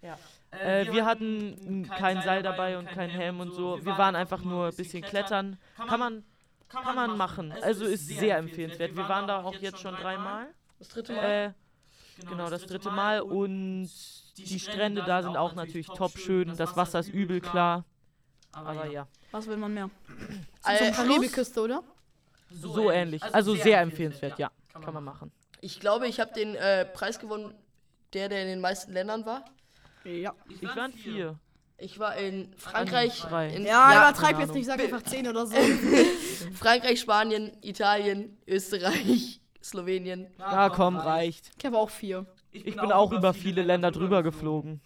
Äh, wir hatten kein Seil dabei und kein Helm und so. Wir waren einfach nur ein bisschen klettern. Kann man, kann man machen. Also ist sehr empfehlenswert. Wir waren da auch jetzt schon dreimal. das dritte Mal. Äh, genau, das dritte Mal. Und die Strände da sind auch natürlich top schön. Das Wasser ist übel klar. Aber ja, Was will man mehr? Äh, Zum Schluss, Karibiküste, oder? so ähnlich. Also sehr empfehlenswert, ja. Kann man machen. ich glaube, ich habe den äh, Preis gewonnen, der, der in den meisten Ländern war. Ja. Ich war in vier. Ich war in Frankreich, Drei. in Ja, ja, übertreib keine jetzt nicht, sag einfach zehn oder so. Frankreich, Spanien, Italien, Österreich, Slowenien. Ja, komm, reicht. Ich habe auch vier. Ich bin auch über viele Länder drüber geflogen.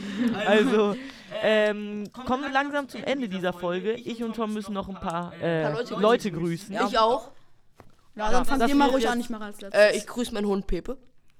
Also, ähm, kommen wir langsam zum Ende dieser Folge. Ich und Tom müssen noch ein paar, äh, Paar Leute Leute grüßen. Ich auch. Ja, dann fangt das ihr mal wird ruhig jetzt- an, ich mache als letztes. Äh, ich grüße meinen Hund Pepe.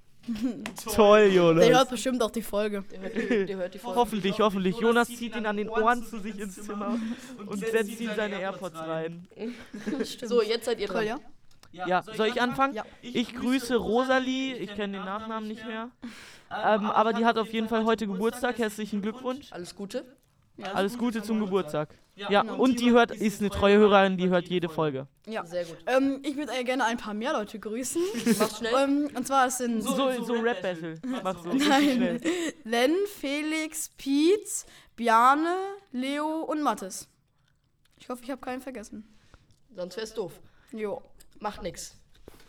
Toll, Der Jonas. hört bestimmt auch die Folge. Der hört die, der hört die Folge. Hoffentlich, hoffentlich. Jonas zieht ihn an den Ohren zu sich ins Zimmer und setzt ihm seine AirPods rein. Stimmt. So, jetzt seid ihr Toll, dran. ja? Ja, soll ich anfangen? Ja. Ich grüße Rosalie, ich kenne den Nachnamen nicht mehr. Ähm, aber die hat auf jeden Fall heute Geburtstag. Herzlichen Glückwunsch. Alles Gute. Alles Gute zum Geburtstag. Ja, und die hört, ist eine treue Hörerin, die hört jede Folge. Ja. Sehr gut. Ähm, ich würde äh, gerne ein paar mehr Leute grüßen. Mach's schnell. ähm, und zwar es sind So, so Rap-Battle. Mach so. richtig Nein. schnell. Len, Felix, Piet, Bjarne, Leo und Mathis. Ich hoffe, ich habe keinen vergessen. Sonst wär's doof. Jo. Macht nix.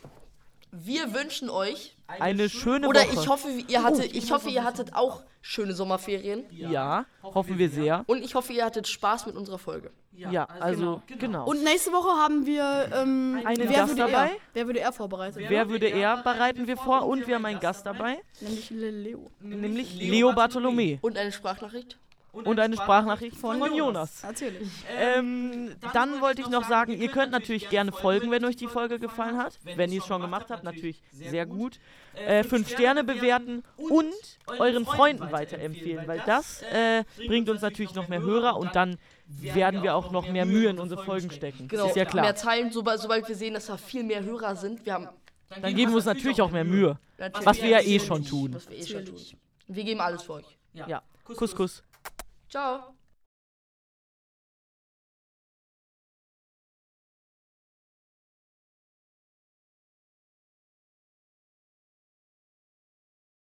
Wir wünschen euch, Eine schöne oder Woche. ich hoffe, ihr hattet, ich hoffe, ihr hattet auch schöne Sommerferien. Ja, hoffen wir sehr. Und ich hoffe, ihr hattet Spaß mit unserer Folge. Ja, also genau. Und nächste Woche haben wir ähm, Einen wer Gast würde dabei? Er? Wer würde er vorbereitet? Wer würde er bereiten wir vor und wir haben einen Gast dabei, Nämlich Le- Leo. nämlich Leo Bartholomä. Und eine Sprachnachricht. und eine Sprachnachricht von, von Jonas. Natürlich. Ähm, dann wollte ich noch sagen, ihr könnt natürlich gerne folgen, wenn euch die Folge gefallen hat. Wenn ihr es schon gemacht habt, natürlich sehr gut. Äh, fünf Sterne bewerten und euren Freunden weiterempfehlen, weil das äh, bringt uns natürlich noch mehr Hörer und dann werden wir auch noch mehr Mühe in unsere Folgen stecken. Genau, ist ja klar. Mehr teilen, sobald, sobald wir sehen, dass da viel mehr Hörer sind. Wir haben Dann geben wir uns natürlich auch mehr Mühe, natürlich, was wir ja eh schon tun. was wir eh schon tun. Wir geben alles für euch. Ja, Kuss, Kuss. Ciao.